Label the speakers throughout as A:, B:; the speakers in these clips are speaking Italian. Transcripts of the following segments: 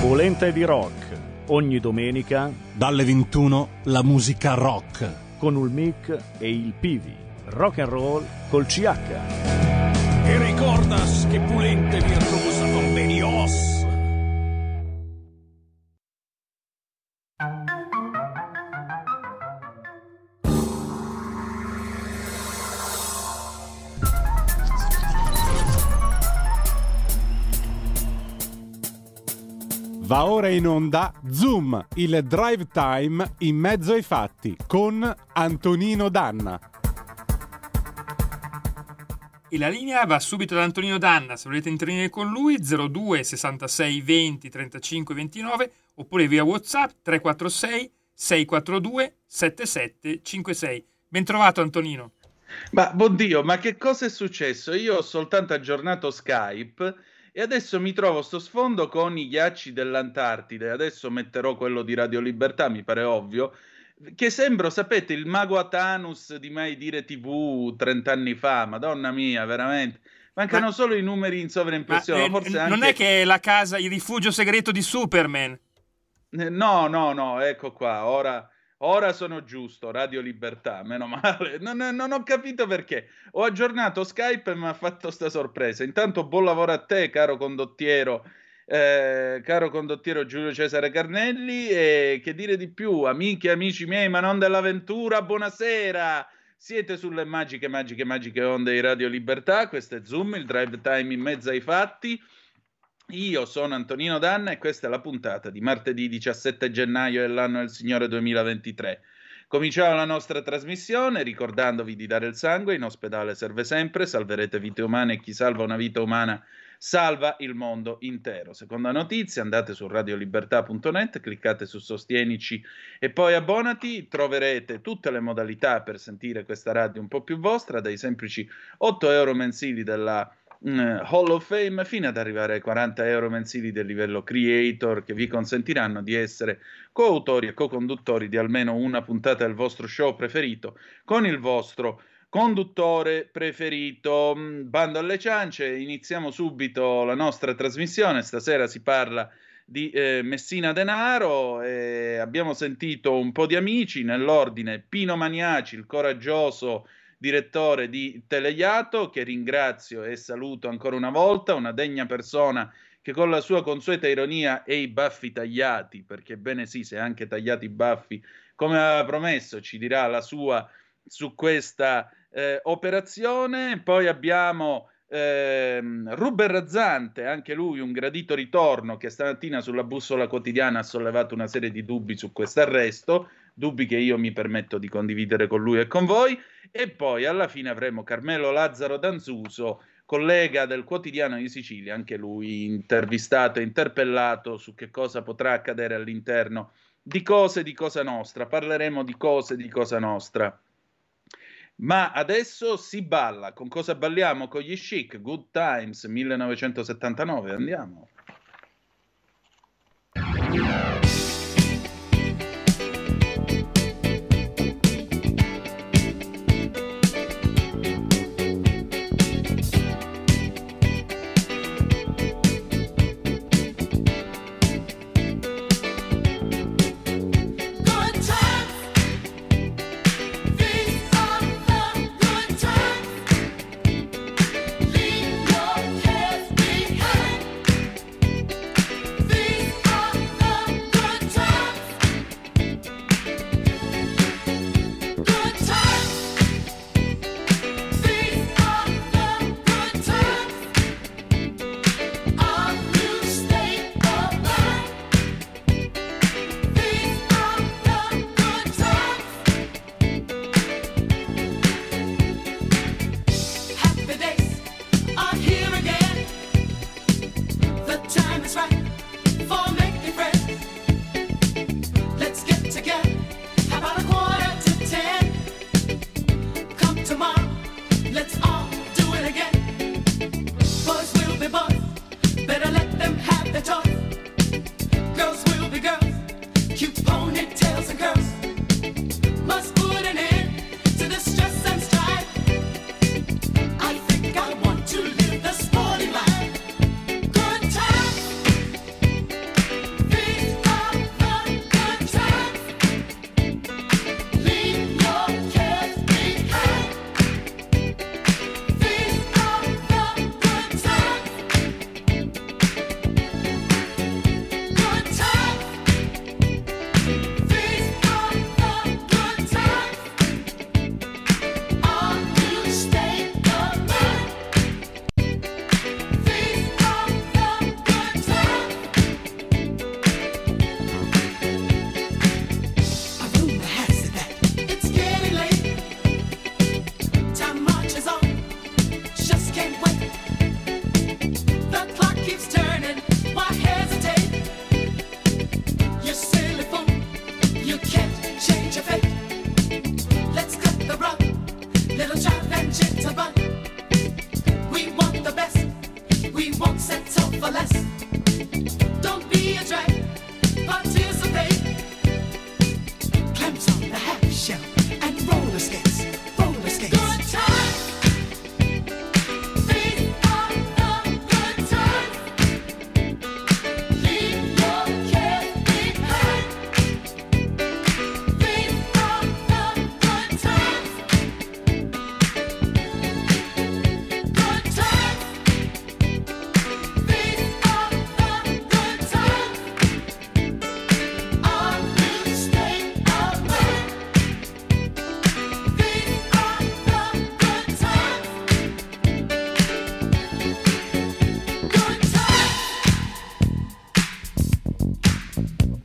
A: Polenta di rock, ogni domenica
B: dalle 21 la musica rock
A: con il Mic e il Pivi, rock and roll col CH.
C: E ricordas che Pulente virtuosa con Benios.
B: Va ora in onda Zoom, il drive time in mezzo ai fatti con Antonino Danna.
D: E la linea va subito ad Antonino Danna. Se volete intervenire con lui 02 66 20 35 29 oppure via WhatsApp 346 642 7756. Ben trovato Antonino.
E: Ma buondio, ma che cosa è successo? Io ho soltanto aggiornato Skype e adesso mi trovo sto sfondo con i ghiacci dell'Antartide. Adesso metterò quello di Radio Libertà, mi pare ovvio, che sembro, sapete, il mago Atanus di Mai Dire TV 30 anni fa. Madonna mia, veramente. Mancano solo i numeri in sovraimpressione. Forse anche...
D: Non è che è la casa, il rifugio segreto di Superman?
E: No, ecco qua, ora sono giusto, Radio Libertà, meno male. Non ho capito perché. Ho aggiornato Skype e mi ha fatto sta sorpresa. Intanto buon lavoro a te, caro condottiero Giulio Cesare Carnelli. E che dire di più, amiche e amici miei, ma non dell'avventura, buonasera. Siete sulle magiche onde di Radio Libertà. Questo è Zoom, il drive time in mezzo ai fatti. Io sono Antonino Danna e questa è la puntata di martedì 17 gennaio dell'anno del Signore 2023. Cominciamo la nostra trasmissione ricordandovi di dare il sangue, in ospedale serve sempre, salverete vite umane e chi salva una vita umana salva il mondo intero. Seconda notizia, andate su radiolibertà.net, cliccate su Sostienici e poi abbonati, troverete tutte le modalità per sentire questa radio un po' più vostra, dai semplici 8 euro mensili della Hall of Fame fino ad arrivare ai 40 euro mensili del livello creator, che vi consentiranno di essere coautori e co-conduttori di almeno una puntata del vostro show preferito con il vostro conduttore preferito. Bando alle ciance, iniziamo subito la nostra trasmissione. Stasera si parla di Messina Denaro e abbiamo sentito un po' di amici, nell'ordine Pino Maniaci, il coraggioso direttore di Teleiato, che ringrazio e saluto ancora una volta, una degna persona che con la sua consueta ironia e i baffi tagliati, perché bene sì, se anche tagliati i baffi, come aveva promesso, ci dirà la sua su questa operazione. Poi abbiamo Ruben Razzante, anche lui un gradito ritorno, che stamattina sulla bussola quotidiana ha sollevato una serie di dubbi su questo arresto, dubbi che io mi permetto di condividere con lui e con voi. E poi alla fine avremo Carmelo Lazzaro Danzuso, collega del Quotidiano di Sicilia, anche lui intervistato e interpellato su che cosa potrà accadere all'interno di Cose di Cosa Nostra. Parleremo di Cose di Cosa Nostra. Ma adesso si balla. Con cosa balliamo? Con gli Chic, Good Times 1979. Andiamo.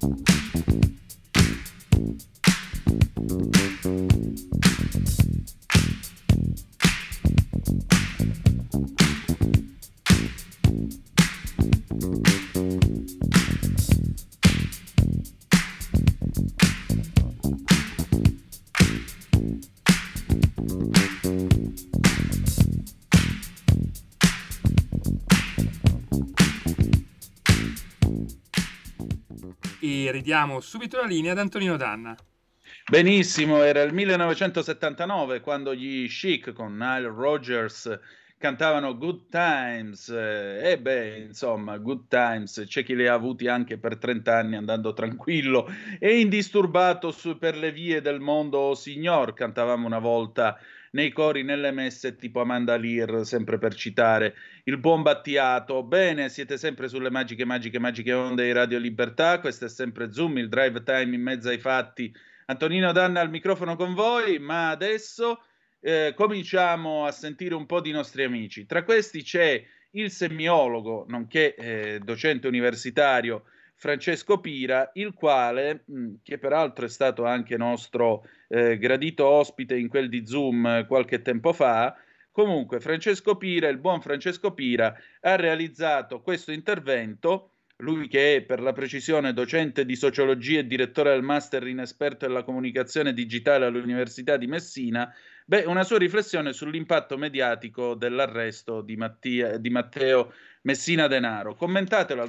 D: E ridiamo subito la linea ad Antonino Danna.
E: Benissimo, era il 1979 quando gli Chic con Nile Rodgers cantavano Good Times, e beh, insomma, Good Times, c'è chi li ha avuti anche per 30 anni andando tranquillo e indisturbato per le vie del mondo, oh signor, cantavamo una volta nei cori, nelle messe, tipo Amanda Lear, sempre per citare il buon Battiato. Bene, siete sempre sulle magiche onde di Radio Libertà, questo è sempre Zoom, il drive time in mezzo ai fatti. Antonino Danna al microfono con voi, ma adesso cominciamo a sentire un po' di nostri amici. Tra questi c'è il semiologo, nonché docente universitario, Francesco Pira, il quale, che peraltro è stato anche nostro gradito ospite in quel di Zoom qualche tempo fa. Comunque Francesco Pira, il buon Francesco Pira, ha realizzato questo intervento, lui che è per la precisione docente di sociologia e direttore del master in esperto della comunicazione digitale all'Università di Messina. Una sua riflessione sull'impatto mediatico dell'arresto di Matteo Messina Denaro. Commentatelo al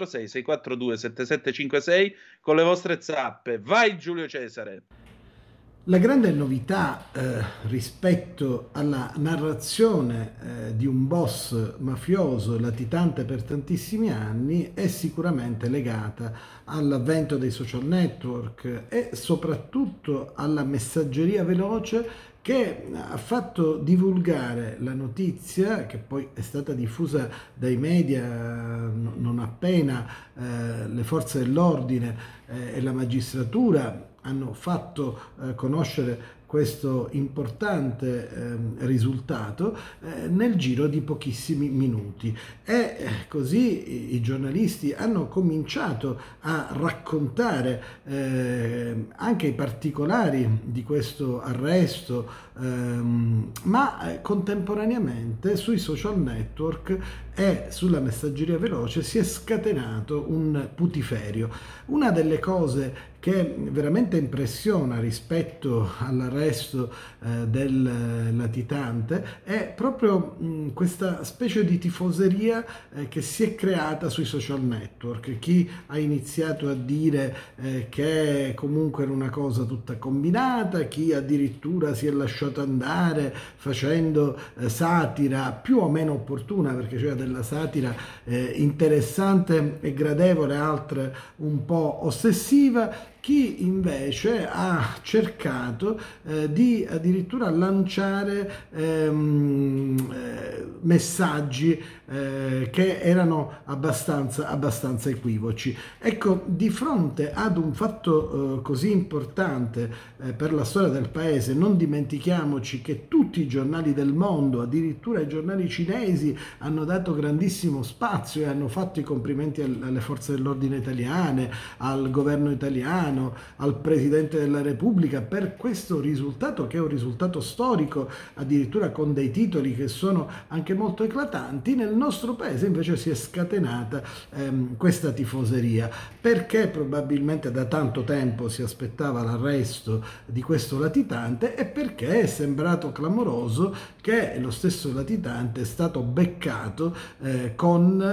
E: 346-642-7756 con le vostre zappe. Vai Giulio Cesare!
F: La grande novità rispetto alla narrazione di un boss mafioso latitante per tantissimi anni è sicuramente legata all'avvento dei social network e soprattutto alla messaggeria veloce che ha fatto divulgare la notizia, che poi è stata diffusa dai media non appena le forze dell'ordine e la magistratura hanno fatto conoscere questo importante risultato nel giro di pochissimi minuti, e così i giornalisti hanno cominciato a raccontare anche i particolari di questo arresto, ma contemporaneamente sui social network e sulla messaggeria veloce si è scatenato un putiferio. Una delle cose che veramente impressiona rispetto all'arresto del latitante è proprio questa specie di tifoseria che si è creata sui social network. Chi ha iniziato a dire che comunque era una cosa tutta combinata, chi addirittura si è lasciato andare facendo satira più o meno opportuna, perché c'era della satira interessante e gradevole, altre un po' ossessiva. Chi invece ha cercato di addirittura lanciare messaggi che erano abbastanza equivoci. Ecco, di fronte ad un fatto così importante per la storia del paese, non dimentichiamoci che tutti i giornali del mondo, addirittura i giornali cinesi, hanno dato grandissimo spazio e hanno fatto i complimenti alle forze dell'ordine italiane, al governo italiano, al Presidente della Repubblica per questo risultato, che è un risultato storico, addirittura con dei titoli che sono anche molto eclatanti. Nel nostro paese invece si è scatenata questa tifoseria, perché probabilmente da tanto tempo si aspettava l'arresto di questo latitante e perché è sembrato clamoroso che lo stesso latitante è stato beccato con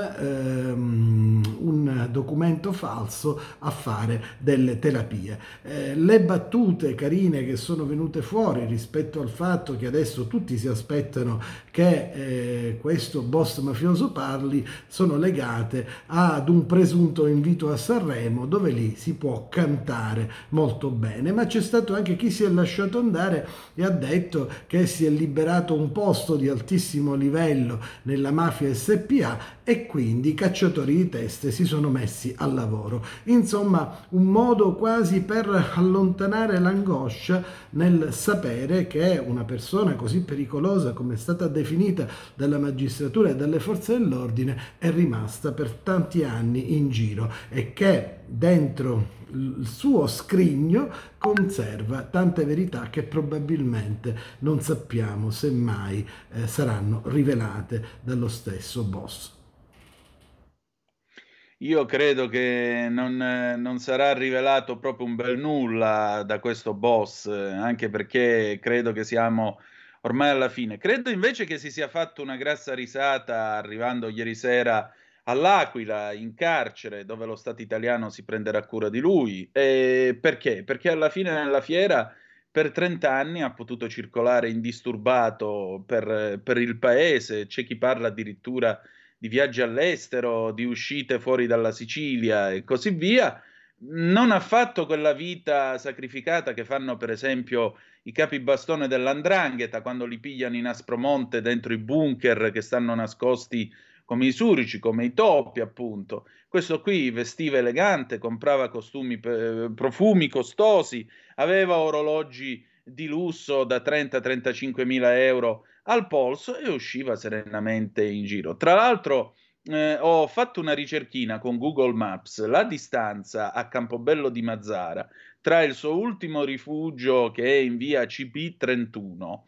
F: un documento falso a fare delle terapie. Le battute carine che sono venute fuori rispetto al fatto che adesso tutti si aspettano che questo boss mafioso parli sono legate ad un presunto invito a Sanremo, dove lì si può cantare molto bene, ma c'è stato anche chi si è lasciato andare e ha detto che si è liberato un posto di altissimo livello nella mafia SPA e quindi i cacciatori di teste si sono messi al lavoro. Insomma, un modo quasi per allontanare l'angoscia nel sapere che una persona così pericolosa come è stata definita dalla magistratura e dalle forze dell'ordine è rimasta per tanti anni in giro e che dentro il suo scrigno conserva tante verità che probabilmente non sappiamo se mai saranno rivelate dallo stesso boss.
E: Io credo che non sarà rivelato proprio un bel nulla da questo boss, anche perché credo che siamo ormai alla fine. Credo invece che si sia fatto una grassa risata arrivando ieri sera all'Aquila, in carcere, dove lo Stato italiano si prenderà cura di lui. E perché? Perché alla fine nella fiera per 30 anni ha potuto circolare indisturbato per il paese. C'è chi parla addirittura di viaggi all'estero, di uscite fuori dalla Sicilia e così via. Non ha fatto quella vita sacrificata che fanno per esempio i capibastone dell''ndrangheta quando li pigliano in Aspromonte dentro i bunker che stanno nascosti come i surici, come i topi appunto. Questo qui vestiva elegante, comprava costumi, profumi costosi, aveva orologi di lusso da 30-35 mila euro al polso e usciva serenamente in giro. Tra l'altro ho fatto una ricerchina con Google Maps, la distanza a Campobello di Mazara tra il suo ultimo rifugio che è in via CP31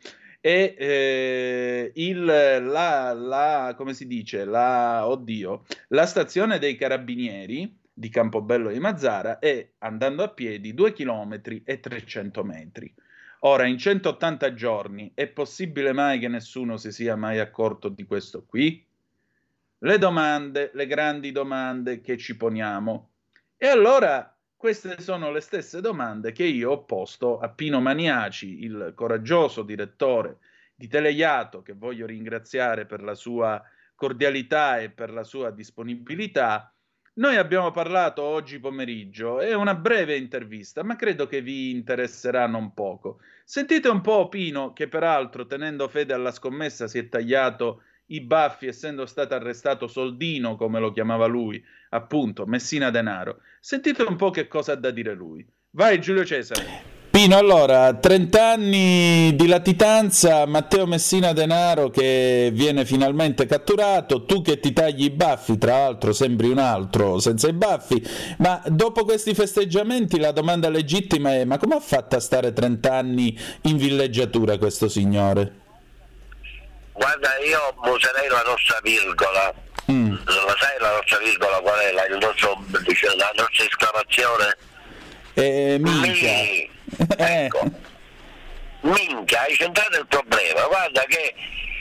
E: e come si dice, la stazione dei carabinieri di Campobello di Mazara è, andando a piedi, 2 chilometri e 300 metri. Ora, in 180 giorni, è possibile mai che nessuno si sia mai accorto di questo qui? Le domande, le grandi domande che ci poniamo. E allora, queste sono le stesse domande che io ho posto a Pino Maniaci, il coraggioso direttore di Teleiato, che voglio ringraziare per la sua cordialità e per la sua disponibilità. Noi abbiamo parlato oggi pomeriggio, è una breve intervista, ma credo che vi interesserà non poco. Sentite un po' Pino, che peraltro, tenendo fede alla scommessa, si è tagliato i baffi, essendo stato arrestato Soldino, come lo chiamava lui, appunto, Messina Denaro. Sentite un po' che cosa ha da dire lui. Vai Giulio Cesare.
G: Pino, allora, 30 anni di latitanza, Matteo Messina Denaro che viene finalmente catturato, tu che ti tagli i baffi, tra l'altro sembri un altro senza i baffi, ma dopo questi festeggiamenti la domanda legittima è: ma come ha fatto a stare 30 anni in villeggiatura questo signore?
H: Guarda, io userei la nostra virgola. La sai la nostra virgola qual è? La nostra esclamazione?
G: Minchia.
H: Ecco. Minchia, hai centrato il problema. Guarda che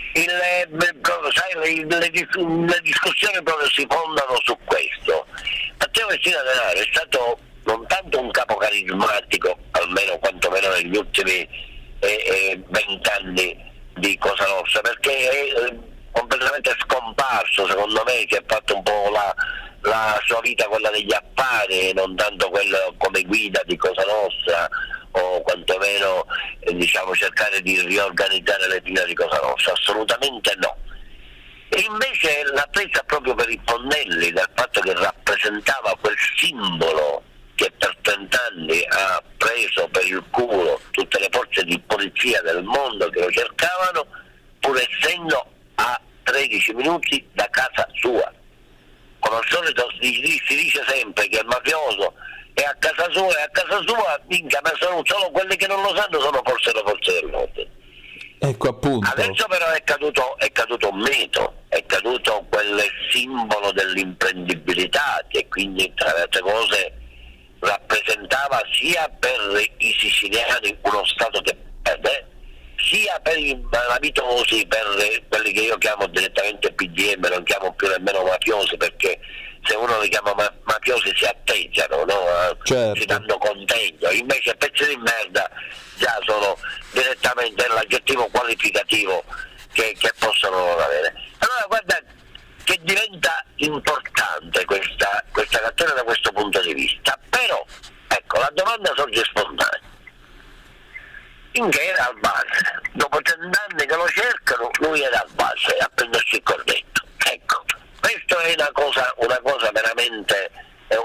H: le discussioni proprio si fondano su questo. Matteo Messina Denaro è stato non tanto un capo carismatico, almeno quantomeno negli ultimi 20 anni di Cosa Nostra, perché è completamente scomparso, secondo me, che ha fatto un po' la sua vita, quella degli affari, non tanto quello come guida di Cosa Nostra, o quantomeno diciamo cercare di riorganizzare le fila di Cosa Nostra, assolutamente no. E invece l'ha presa proprio per i ponnelli, dal fatto che rappresentava quel simbolo che per 30 anni ha preso per il culo tutte le forze di polizia del mondo che lo cercavano, pur essendo a 13 minuti da casa sua. Come al solito si dice sempre che il mafioso è a casa sua, e a casa sua, minchia, ma sono solo quelli che non lo sanno, sono forse le forze dell'ordine.
G: Ecco appunto.
H: Adesso però è caduto un mito, è caduto quel simbolo dell'imprendibilità che quindi tra le altre cose rappresentava sia per i siciliani uno stato che perde, sia per i malavitosi, per quelli che io chiamo direttamente PDM, non chiamo più nemmeno mafiosi, perché se uno li chiama mafiosi si atteggiano, no?
G: Certo.
H: Si danno contegno, invece pezzi di merda già sono direttamente l'aggettivo qualificativo che possono non avere. Allora guarda che diventa importante questa cattura da questo punto di vista, però ecco, la domanda sorge spontanea: in che era al base? Dopo 30 anni che lo cercano, lui era al base a prendersi il cornetto. Ecco, questo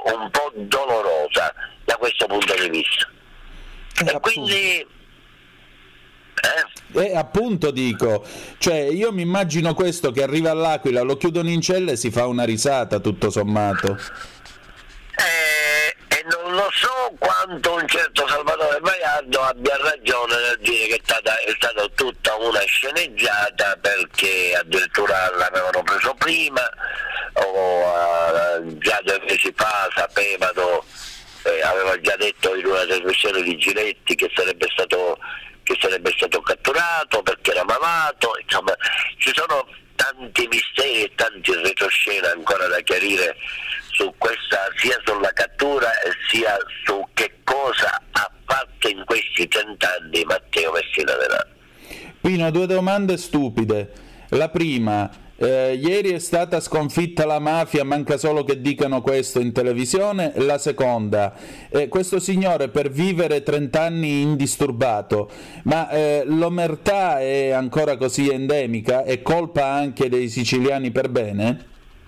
H: un po' dolorosa da questo punto di vista. E quindi
G: appunto dico, cioè io mi immagino questo che arriva all'Aquila, lo chiudono in cella e si fa una risata tutto sommato.
H: E non lo so quanto un certo Salvatore Baiardo abbia ragione nel dire che è stata tutta una sceneggiata, perché addirittura l'avevano preso prima o già 2 mesi fa sapevano, aveva già detto in una trasmissione di Giletti che sarebbe stato catturato perché era malato. Insomma, ci sono tanti misteri e tanti retroscena ancora da chiarire su questa, sia sulla cattura sia su che cosa ha fatto in questi 30 anni Matteo Messina Denaro.
G: Pino, 2 domande stupide. La prima, ieri è stata sconfitta la mafia, manca solo che dicano questo in televisione. La seconda, questo signore per vivere 30 anni indisturbato, ma l'omertà è ancora così endemica? È colpa anche dei siciliani per bene?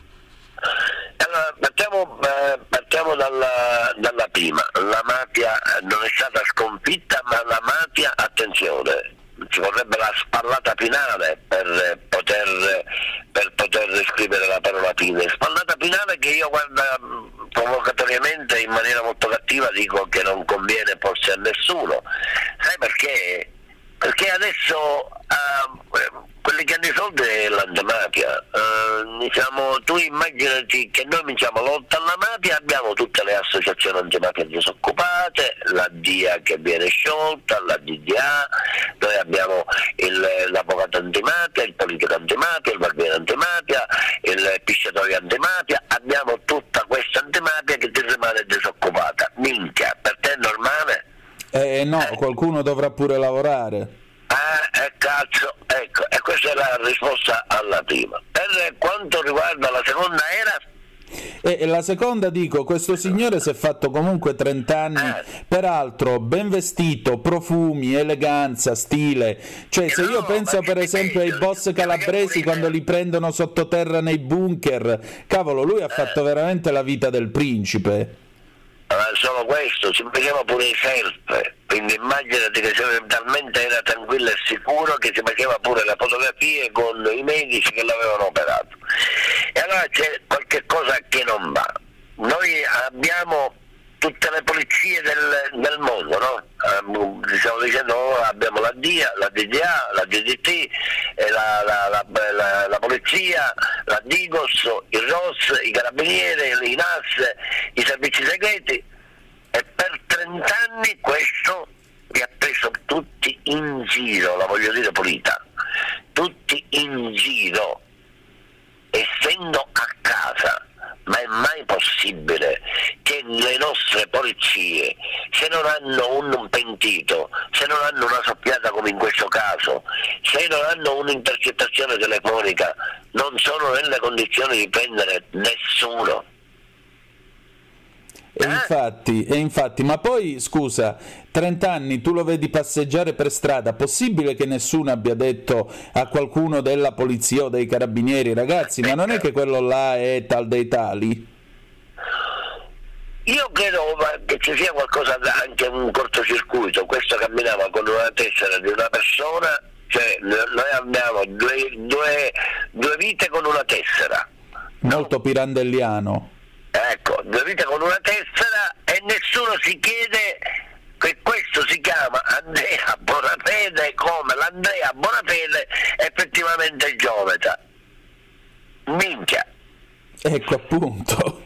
H: Allora, partiamo dalla prima. La mafia non è stata sconfitta, ma la mafia, attenzione, ci vorrebbe la spallata finale per poter scrivere la parola fine. Spallata finale che io, guarda, provocatoriamente, in maniera molto cattiva, dico che non conviene forse a nessuno. Sai perché? Perché adesso quelli che hanno i soldi è l'antimafia. Tu immaginati che noi vinciamo lotta alla mafia, abbiamo tutte le associazioni antimafia disoccupate, la DIA che viene sciolta, la DDA, noi abbiamo l'avvocato antimafia, il politico antimafia, il barbiere antimafia, il pisciatoio antimafia, abbiamo tutta questa antimafia che ti rimane disoccupata. Minchia, per te è normale?
G: No, qualcuno dovrà pure lavorare.
H: Cazzo, ecco, e questa è la risposta alla prima. Per quanto riguarda la seconda era?
G: E la seconda, dico, questo signore si è fatto comunque 30 anni, peraltro ben vestito, profumi, eleganza, stile, cioè se io penso per esempio ai boss calabresi quando li prendono sottoterra nei bunker, cavolo, lui ha fatto veramente la vita del principe.
H: Solo questo, si faceva pure i selfie, quindi immaginati che talmente era tranquillo e sicuro che si faceva pure le fotografie con i medici che l'avevano operato. E allora c'è qualche cosa che non va. Noi abbiamo tutte le polizie del mondo, no? Stiamo dicendo, abbiamo la DIA, la DDA, la DDT, la polizia, la Digos, il ROS, i carabinieri, i NAS, i servizi segreti, e per 30 anni questo vi ha preso tutti in giro, la voglio dire pulita, tutti in giro, essendo a casa. Ma è mai possibile che le nostre polizie, se non hanno un pentito, se non hanno una soffiata come in questo caso, se non hanno un'intercettazione telefonica, non sono nelle condizioni di prendere nessuno?
G: E infatti, ma poi scusa, 30 anni tu lo vedi passeggiare per strada, possibile che nessuno abbia detto a qualcuno della polizia o dei carabinieri, ragazzi, ma non è che quello là è tal dei tali?
H: Io credo che ci sia qualcosa, anche un cortocircuito. Questo camminava con una tessera di una persona, cioè noi abbiamo due vite con una tessera.
G: Molto pirandelliano.
H: Ecco, 2 vite con una tessera, e nessuno si chiede che questo si chiama Andrea Bonafede, come l'Andrea Bonafede effettivamente è geometra. Minchia.
G: Ecco appunto.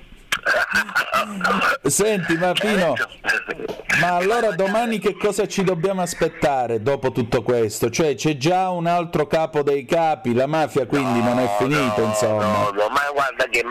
G: Senti, ma Pino, ma allora domani che cosa ci dobbiamo aspettare dopo tutto questo? Cioè c'è già un altro capo dei capi, la mafia quindi non è finita, insomma.
H: No, ma guarda che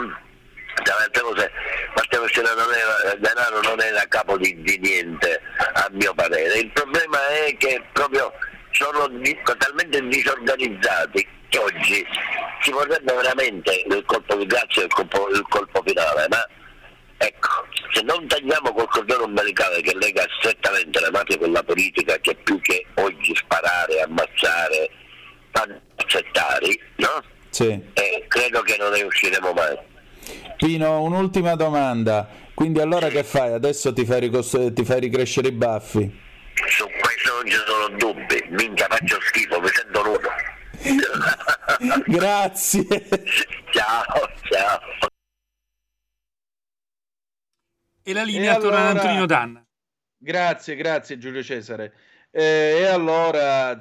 H: Matteo Messina Denaro non era capo di niente, a mio parere. Il problema è che proprio sono talmente disorganizzati che oggi ci vorrebbe veramente il colpo di grazia e il colpo finale, ma ecco, se non tagliamo col cordone umbilicale che lega strettamente la mafia con la politica, che più che oggi sparare, ammazzare, fanno accettare, no?
G: Sì.
H: Credo che non ne usciremo mai.
G: Pino, un'ultima domanda. Quindi allora che fai? Adesso ti fai ricrescere i baffi?
H: Su questo non ci sono dubbi, minchia faccio schifo, mi sento nudo.
G: Grazie.
H: Ciao.
D: E la linea torna ad Antonino Danna.
E: Grazie Giulio Cesare. E allora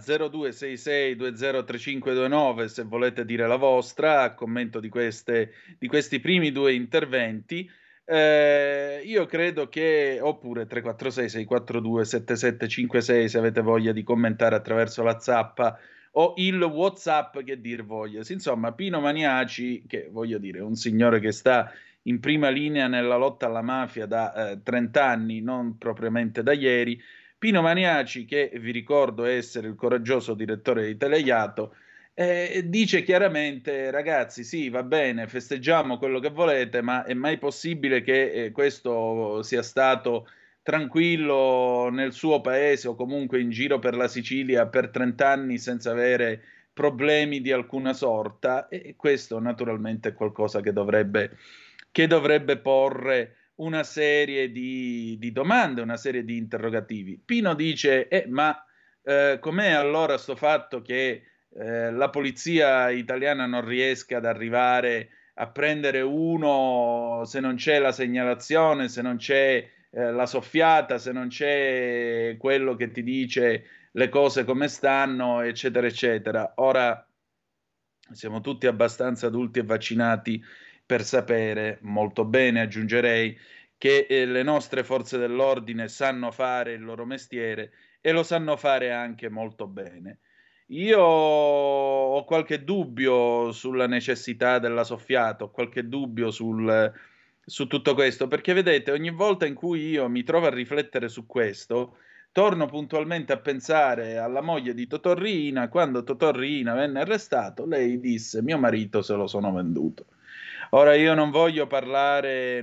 E: 0266203529 se volete dire la vostra a commento di questi primi due interventi. Io credo che, oppure 346-642-7756 se avete voglia di commentare attraverso la zappa o il WhatsApp, che dir voglia. Insomma, Pino Maniaci, che voglio dire, è un signore che sta in prima linea nella lotta alla mafia da 30 anni, non propriamente da ieri. Pino Maniaci, che vi ricordo essere il coraggioso direttore di Teleiato, dice chiaramente: ragazzi, sì, va bene, festeggiamo quello che volete, ma è mai possibile che questo sia stato tranquillo nel suo paese o comunque in giro per la Sicilia per 30 anni senza avere problemi di alcuna sorta? E questo naturalmente è qualcosa che dovrebbe porre una serie di domande, una serie di interrogativi. Pino dice: ma com'è allora sto fatto che la polizia italiana non riesca ad arrivare a prendere uno se non c'è la segnalazione, se non c'è la soffiata, se non c'è quello che ti dice le cose come stanno, eccetera, eccetera. Ora siamo tutti abbastanza adulti e vaccinati per sapere, molto bene aggiungerei, che le nostre forze dell'ordine sanno fare il loro mestiere e lo sanno fare anche molto bene. Io ho qualche dubbio sulla necessità della soffiata, ho qualche dubbio su tutto questo, perché vedete, ogni volta in cui io mi trovo a riflettere su questo, torno puntualmente a pensare alla moglie di Totò Riina. Quando Totò Riina venne arrestato, lei disse: mio marito se lo sono venduto. Ora io non voglio parlare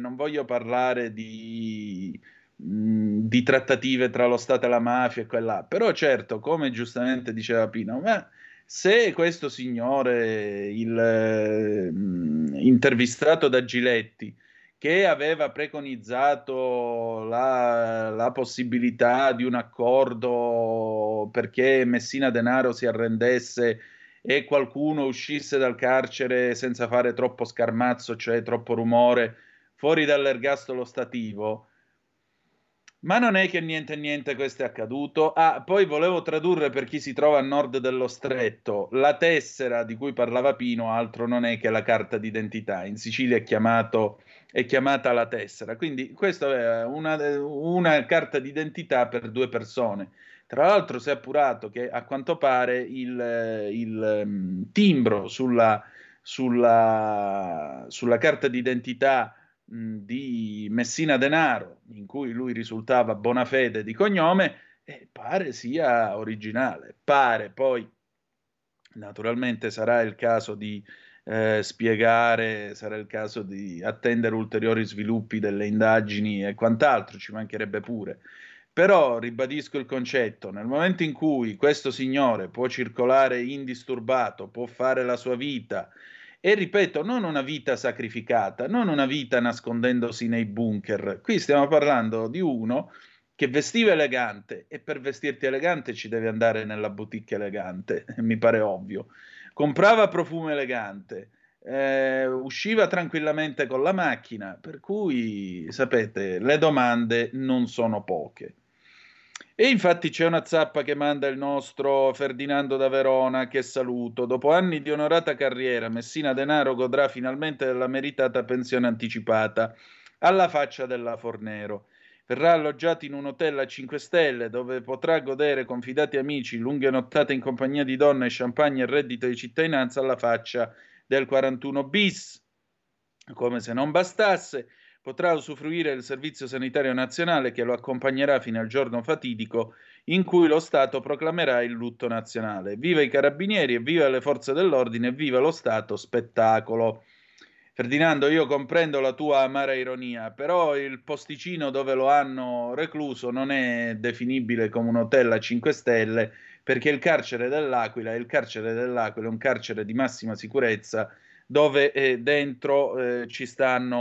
E: di trattative tra lo Stato e la mafia e quella, però certo, come giustamente diceva Pino, ma se questo signore, intervistato da Giletti, che aveva preconizzato la possibilità di un accordo perché Messina Denaro si arrendesse e qualcuno uscisse dal carcere senza fare troppo scarmazzo, cioè troppo rumore, fuori dall'ergastolo stativo. Ma non è che niente questo è accaduto. Poi volevo tradurre per chi si trova a nord dello stretto: la tessera di cui parlava Pino altro non è che la carta d'identità. In Sicilia è chiamata la tessera. Quindi questa è una carta d'identità per due persone. Tra l'altro si è appurato che a quanto pare il timbro sulla carta d'identità di Messina Denaro, in cui lui risultava Bonafede di cognome, pare sia originale. Pare, poi naturalmente sarà il caso di spiegare, sarà il caso di attendere ulteriori sviluppi delle indagini e quant'altro, ci mancherebbe pure. Però ribadisco il concetto: nel momento in cui questo signore può circolare indisturbato, può fare la sua vita, e ripeto, non una vita sacrificata, non una vita nascondendosi nei bunker. Qui stiamo parlando di uno che vestiva elegante, e per vestirti elegante ci devi andare nella boutique elegante, mi pare ovvio. Comprava profumo elegante, usciva tranquillamente con la macchina, per cui, sapete, le domande non sono poche. E infatti c'è una zappa che manda il nostro Ferdinando da Verona, che saluto. Dopo anni di onorata carriera, Messina Denaro godrà finalmente della meritata pensione anticipata, alla faccia della Fornero. Verrà alloggiato in un hotel a 5 stelle, dove potrà godere con fidati amici lunghe nottate in compagnia di donne, champagne e reddito di cittadinanza, alla faccia del 41 bis. Come se non bastasse, potrà usufruire del Servizio Sanitario Nazionale, che lo accompagnerà fino al giorno fatidico in cui lo Stato proclamerà il lutto nazionale. Viva i carabinieri e viva le forze dell'ordine e viva lo Stato spettacolo. Ferdinando, io comprendo la tua amara ironia, però il posticino dove lo hanno recluso non è definibile come un hotel a 5 stelle, perché il carcere dell'Aquila è un carcere di massima sicurezza, dove dentro ci stanno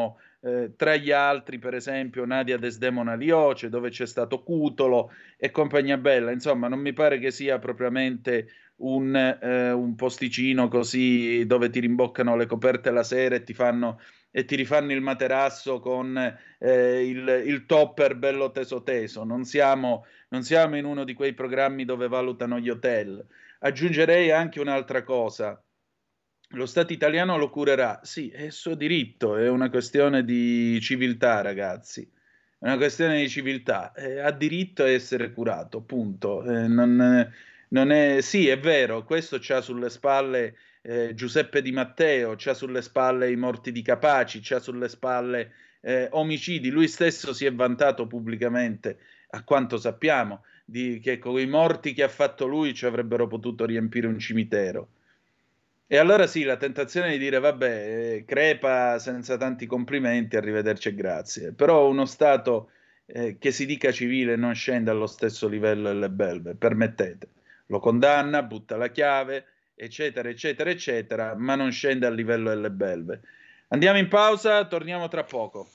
E: tra gli altri per esempio Nadia Desdemona Lioce, dove c'è stato Cutolo e compagnia bella. Insomma, non mi pare che sia propriamente un posticino così dove ti rimboccano le coperte la sera e ti rifanno il materasso con il topper bello teso teso. Non siamo in uno di quei programmi dove valutano gli hotel. Aggiungerei anche un'altra cosa. Lo Stato italiano lo curerà, sì, è suo diritto, è una questione di civiltà, ragazzi, è una questione di civiltà, ha diritto a essere curato, punto. Non è, sì, è vero, questo c'ha sulle spalle Giuseppe Di Matteo, c'ha sulle spalle i morti di Capaci, c'ha sulle spalle omicidi, lui stesso si è vantato pubblicamente, a quanto sappiamo, che con i morti che ha fatto lui ci avrebbero potuto riempire un cimitero. E allora sì, la tentazione di dire vabbè, crepa senza tanti complimenti, arrivederci e grazie. Però uno Stato che si dica civile non scende allo stesso livello delle belve, permettete. Lo condanna, butta la chiave, eccetera, eccetera, eccetera, ma non scende al livello delle belve. Andiamo in pausa, torniamo tra poco.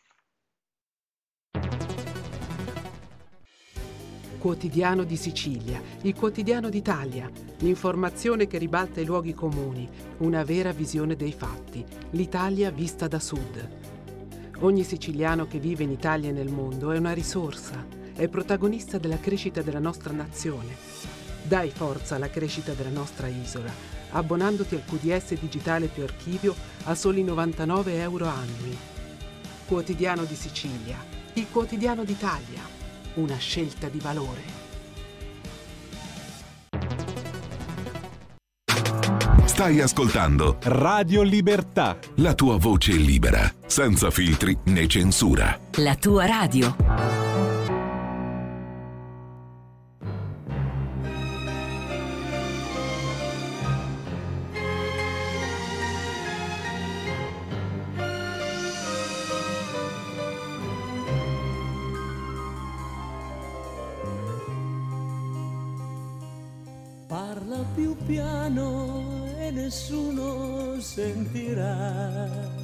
I: Quotidiano di Sicilia, il quotidiano d'Italia, l'informazione che ribalta i luoghi comuni, una vera visione dei fatti, l'Italia vista da sud. Ogni siciliano che vive in Italia e nel mondo è una risorsa, è protagonista della crescita della nostra nazione. Dai forza alla crescita della nostra isola, abbonandoti al QDS digitale più archivio a soli 99 euro annui. Quotidiano di Sicilia, il quotidiano d'Italia. Una scelta di valore.
J: Stai ascoltando
B: Radio Libertà,
J: la tua voce libera, senza filtri né censura.
K: La tua radio.
L: Parla più piano e nessuno sentirà.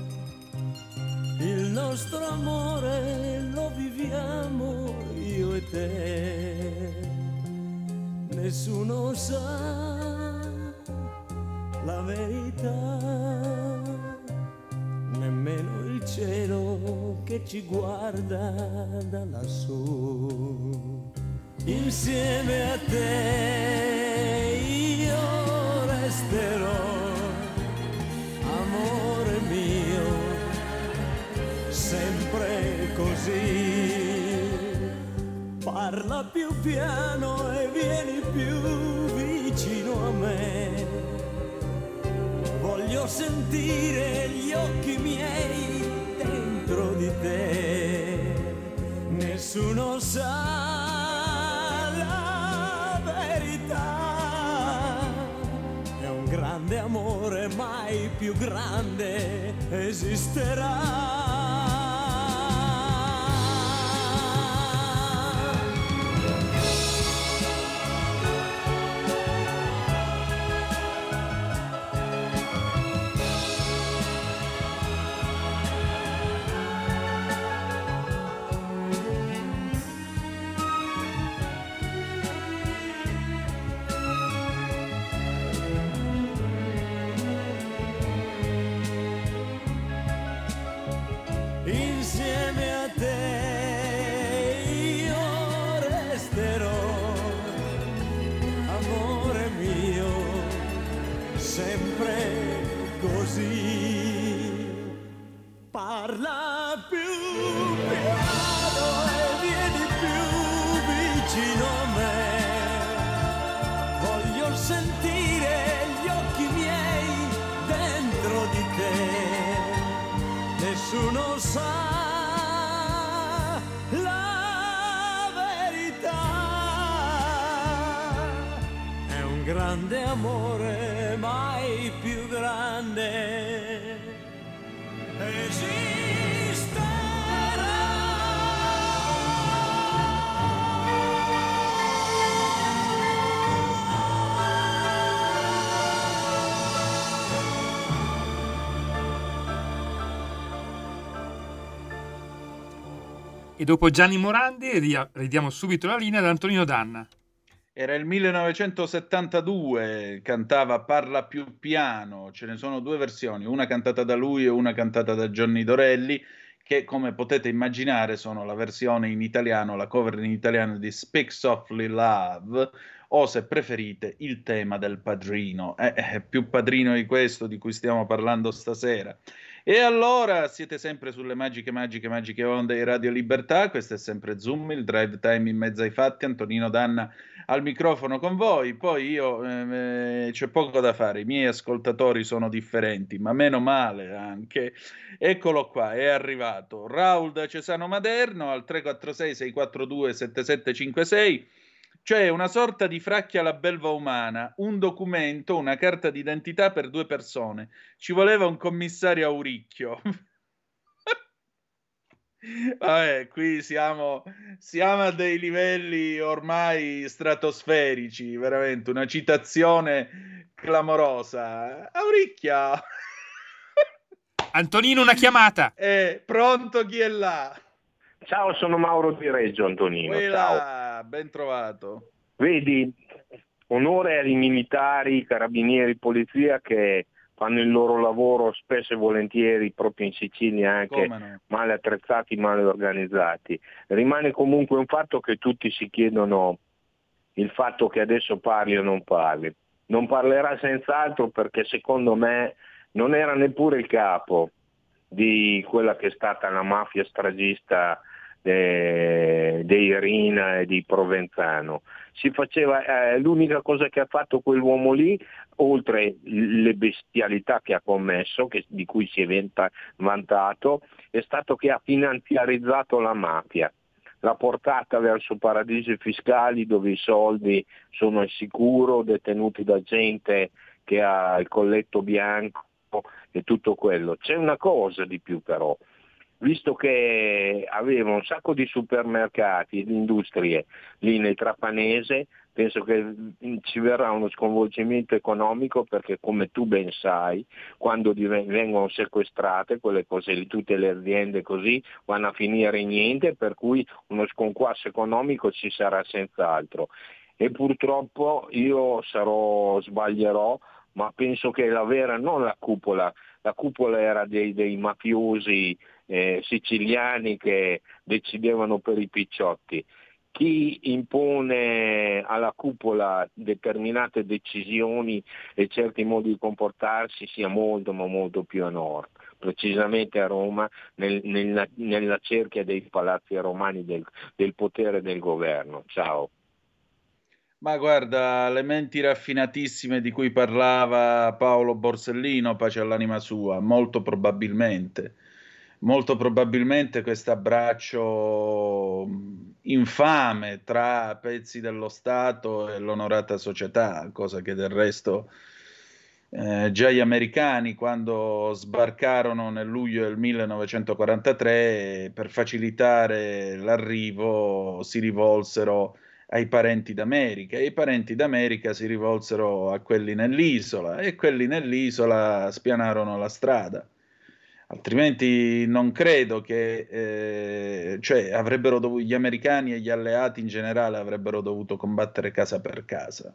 L: Il nostro amore lo viviamo io e te. Nessuno sa la verità, nemmeno il cielo che ci guarda da lassù. Insieme a te io resterò, amore mio, sempre così. Parla più piano e vieni più vicino a me. Voglio sentire gli occhi miei dentro di te. Nessuno sa grande amore, mai più grande esisterà. Insieme a te io resterò, amore mio, sempre così. Parla più piano e vieni più vicino a me. Voglio sentire gli occhi miei dentro di te. Nessuno sa la verità. È un grande amore, mai più grande esisterà.
D: E dopo Gianni Morandi ridiamo subito la linea ad Antonino Danna.
E: Era il 1972, cantava Parla più piano, ce ne sono due versioni, una cantata da lui e una cantata da Johnny Dorelli, che come potete immaginare sono la versione in italiano, la cover in italiano di Speak Softly Love, o se preferite il tema del padrino. Più padrino di questo di cui stiamo parlando stasera. E allora siete sempre sulle magiche onde di Radio Libertà, questo è sempre Zoom, il drive time in mezzo ai fatti, Antonino Danna al microfono con voi, poi io c'è poco da fare, i miei ascoltatori sono differenti, ma meno male anche. Eccolo qua, è arrivato Raul da Cesano Maderno al 346-642-7756. Cioè una sorta di fracchia alla belva umana, un documento, una carta d'identità per due persone. Ci voleva un commissario Auricchio. Vabbè, qui siamo a dei livelli ormai stratosferici, veramente una citazione clamorosa. Auricchia!
D: Antonino, una chiamata.
E: Pronto, chi è là?
K: Ciao, sono Mauro di Reggio, Antonino. Ciao.
E: Ben trovato.
K: Vedi, onore ai militari, carabinieri, polizia che fanno il loro lavoro spesso e volentieri proprio in Sicilia anche male attrezzati, male organizzati. Rimane comunque un fatto che tutti si chiedono il fatto che adesso parli o non parli. Non parlerà senz'altro perché secondo me non era neppure il capo di quella che è stata la mafia stragista dei Rina e di Provenzano. Si faceva l'unica cosa che ha fatto quell'uomo lì, oltre le bestialità che ha commesso, di cui si è vantato, è stato che ha finanziarizzato la mafia, l'ha portata verso paradisi fiscali dove i soldi sono al sicuro, detenuti da gente che ha il colletto bianco e tutto quello. C'è una cosa di più però. Visto che aveva un sacco di supermercati e di industrie lì nel Trapanese, penso che ci verrà uno sconvolgimento economico perché, come tu ben sai, quando vengono sequestrate quelle cose lì, tutte le aziende così vanno a finire in niente, per cui uno sconquasso economico ci sarà senz'altro. E purtroppo io sbaglierò, ma penso che la vera, non la cupola era dei mafiosi siciliani che decidevano per i picciotti. Chi impone alla cupola determinate decisioni e certi modi di comportarsi sia molto ma molto più a nord, precisamente a Roma, nella cerchia dei palazzi romani del potere del governo. Ciao.
E: Ma guarda, le menti raffinatissime di cui parlava Paolo Borsellino, pace all'anima sua, molto probabilmente questo abbraccio infame tra pezzi dello Stato e l'onorata società, cosa che del resto già gli americani, quando sbarcarono nel luglio del 1943, per facilitare l'arrivo si rivolsero ai parenti d'America, e i parenti d'America si rivolsero a quelli nell'isola, e quelli nell'isola spianarono la strada. Altrimenti non credo che gli americani e gli alleati in generale avrebbero dovuto combattere casa per casa.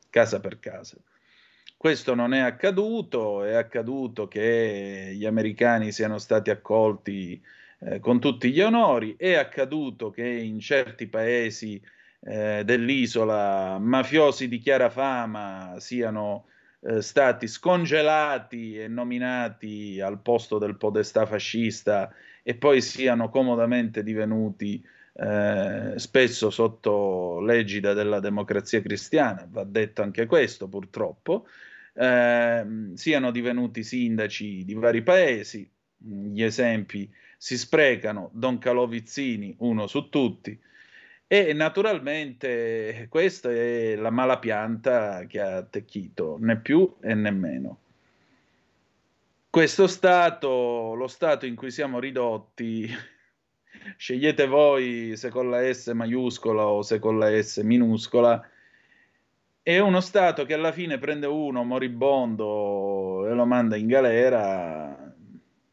E: Questo non è accaduto, è accaduto che gli americani siano stati accolti con tutti gli onori, è accaduto che in certi paesi dell'isola mafiosi di chiara fama siano stati scongelati e nominati al posto del podestà fascista e poi siano comodamente divenuti spesso sotto l'egida della Democrazia Cristiana, va detto anche questo purtroppo, siano divenuti sindaci di vari paesi. Gli esempi si sprecano, Don Calò Vizzini, uno su tutti. E naturalmente questa è la mala pianta che ha attecchito, né più e né meno. Questo Stato, lo Stato in cui siamo ridotti, scegliete voi se con la S maiuscola o se con la S minuscola, è uno Stato che alla fine prende uno moribondo e lo manda in galera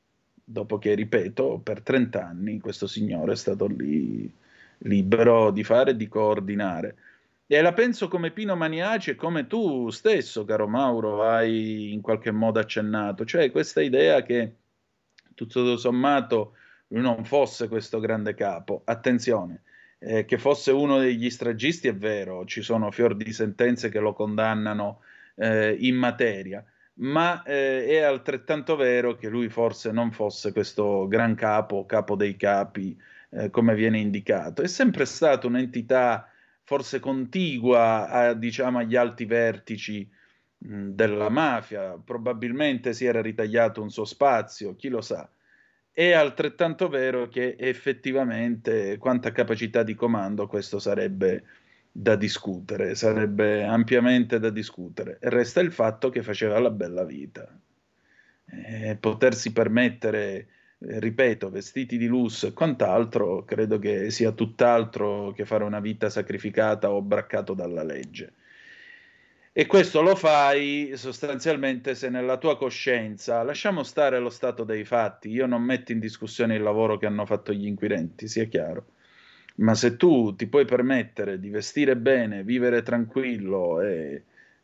E: dopo che, ripeto, per 30 anni questo signore è stato lì libero di fare e di coordinare. E la penso come Pino Maniaci e come tu stesso, caro Mauro, hai in qualche modo accennato, cioè questa idea che tutto sommato lui non fosse questo grande capo. Attenzione, che fosse uno degli stragisti è vero, ci sono fior di sentenze che lo condannano in materia, ma è altrettanto vero che lui forse non fosse questo gran capo, capo dei capi, come viene indicato. È sempre stata un'entità forse contigua diciamo, agli alti vertici della mafia, probabilmente si era ritagliato un suo spazio, chi lo sa. È altrettanto vero che effettivamente quanta capacità di comando questo sarebbe da discutere, sarebbe ampiamente da discutere. E resta il fatto che faceva la bella vita. Potersi permettere, ripeto, vestiti di lusso e quant'altro, credo che sia tutt'altro che fare una vita sacrificata o braccato dalla legge. E questo lo fai sostanzialmente se nella tua coscienza, lasciamo stare lo stato dei fatti, io non metto in discussione il lavoro che hanno fatto gli inquirenti, sia chiaro, ma se tu ti puoi permettere di vestire bene, vivere tranquillo e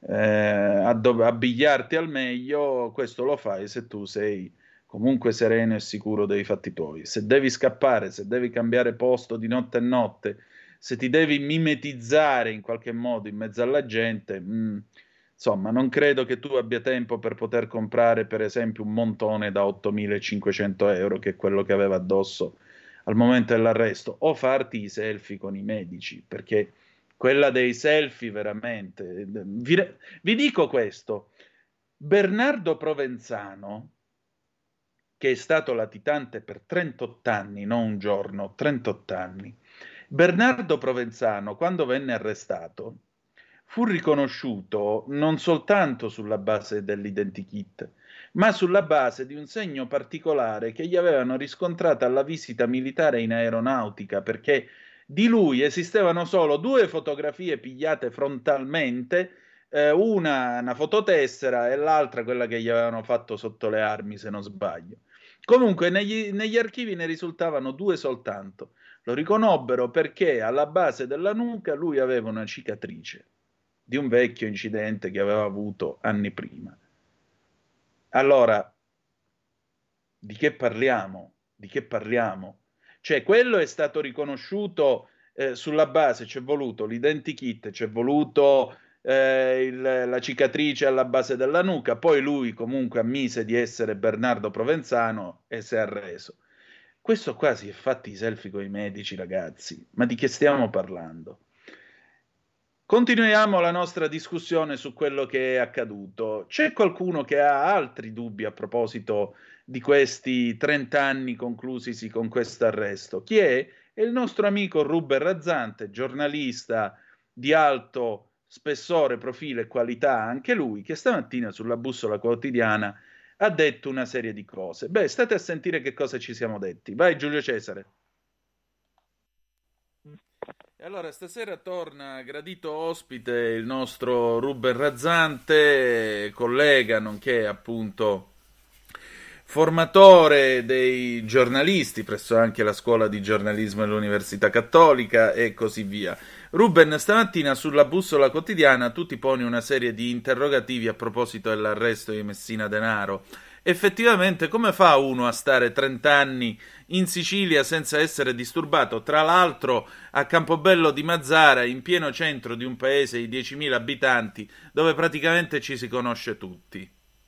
E: abbigliarti al meglio, questo lo fai se tu sei comunque sereno e sicuro dei fatti tuoi. Se devi scappare, se devi cambiare posto di notte a notte, se ti devi mimetizzare in qualche modo in mezzo alla gente, insomma, non credo che tu abbia tempo per poter comprare, per esempio, un montone da 8.500 euro, che è quello che aveva addosso al momento dell'arresto, o farti i selfie con i medici, perché quella dei selfie veramente... Vi dico questo, Bernardo Provenzano, che è stato latitante per 38 anni, non un giorno, 38 anni, Bernardo Provenzano, quando venne arrestato, fu riconosciuto non soltanto sulla base dell'identikit, ma sulla base di un segno particolare che gli avevano riscontrato alla visita militare in aeronautica, perché di lui esistevano solo 2 fotografie pigliate frontalmente, una fototessera e l'altra quella che gli avevano fatto sotto le armi, se non sbaglio. Comunque negli archivi ne risultavano 2 soltanto. Lo riconobbero perché alla base della nuca lui aveva una cicatrice di un vecchio incidente che aveva avuto anni prima. Allora, di che parliamo? Di che parliamo? Cioè, quello è stato riconosciuto sulla base, c'è voluto l'identikit, c'è voluto la cicatrice alla base della nuca, poi lui comunque ammise di essere Bernardo Provenzano e si è arreso. Questo qua si è fatti i selfie con i medici, ragazzi. Ma di che stiamo parlando? Continuiamo la nostra discussione su quello che è accaduto. C'è qualcuno che ha altri dubbi a proposito di questi 30 anni conclusisi con questo arresto? Chi è? È il nostro amico Ruben Razzante, giornalista di alto spessore, profilo e qualità, anche lui, che stamattina sulla Bussola Quotidiana ha detto una serie di cose. Beh, state a sentire che cosa ci siamo detti. Vai Giulio Cesare. E allora stasera torna gradito ospite il nostro Ruben Razzante, collega nonché appunto formatore dei giornalisti presso anche la scuola di giornalismo dell'Università Cattolica e così via. Ruben, stamattina sulla Bussola Quotidiana tu ti poni una serie di interrogativi a proposito dell'arresto di Messina Denaro. Effettivamente, come fa uno a stare 30 anni in Sicilia senza essere disturbato? Tra l'altro a Campobello di Mazara, in pieno centro di un paese di 10.000 abitanti, dove praticamente ci si conosce tutti.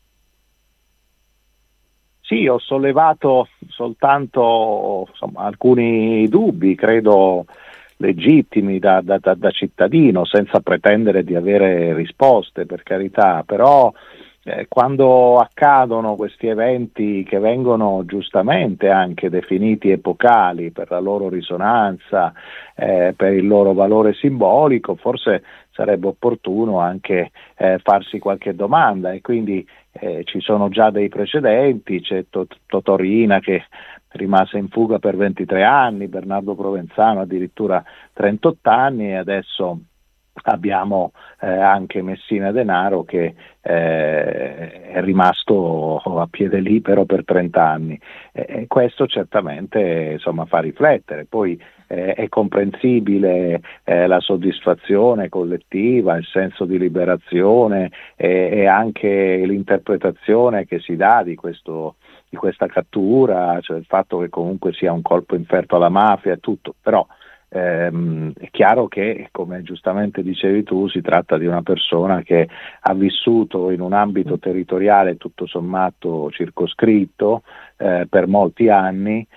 M: Sì, ho sollevato soltanto alcuni dubbi, credo legittimi da cittadino, senza pretendere di avere risposte, per carità, però quando accadono questi eventi che vengono giustamente anche definiti epocali per la loro risonanza, per il loro valore simbolico, forse sarebbe opportuno anche farsi qualche domanda, e quindi ci sono già dei precedenti. C'è Totorina che rimase in fuga per 23 anni, Bernardo Provenzano addirittura 38 anni, e adesso abbiamo anche Messina Denaro che è rimasto a piede libero per 30 anni. Questo certamente insomma fa riflettere. Poi è comprensibile la soddisfazione collettiva, il senso di liberazione e anche l'interpretazione che si dà di questa cattura, cioè il fatto che comunque sia un colpo inferto alla mafia e tutto, però è chiaro che, come giustamente dicevi tu, si tratta di una persona che ha vissuto in un ambito territoriale tutto sommato circoscritto per molti anni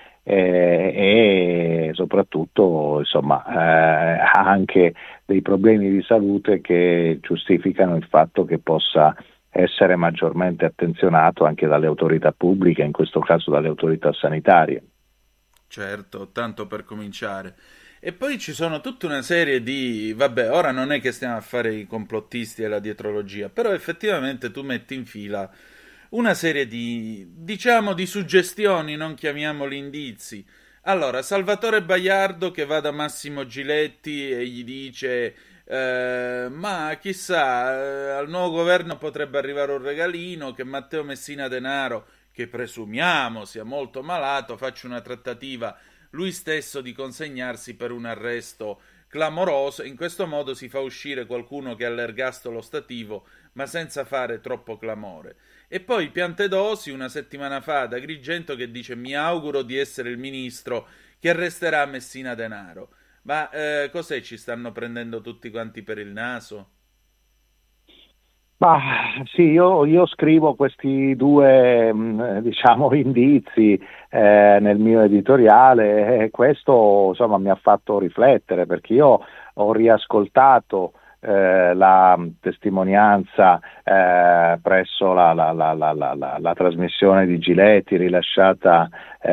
M: e soprattutto insomma ha anche dei problemi di salute che giustificano il fatto che possa essere maggiormente attenzionato anche dalle autorità pubbliche, in questo caso dalle autorità sanitarie.
G: Certo, tanto per cominciare. E poi ci sono tutta una serie di... Vabbè, ora non è che stiamo a fare i complottisti e la dietrologia, però effettivamente tu metti in fila una serie di, diciamo, di suggestioni, non chiamiamoli indizi. Allora, Salvatore Baiardo che va da Massimo Giletti e gli dice... ma chissà, al nuovo governo potrebbe arrivare un regalino, che Matteo Messina Denaro, che presumiamo sia molto malato, faccia una trattativa lui stesso di consegnarsi per un arresto clamoroso. In questo modo si fa uscire qualcuno che ha l'ergastolo stativo, ma senza fare troppo clamore. E poi Piantedosi una settimana fa ad Agrigento che dice: mi auguro di essere il ministro che arresterà Messina Denaro. Ma cos'è? Ci stanno prendendo tutti quanti per il naso?
M: Ma sì, io scrivo questi due diciamo indizi nel mio editoriale e questo insomma mi ha fatto riflettere, perché io ho riascoltato la testimonianza presso la trasmissione di Giletti rilasciata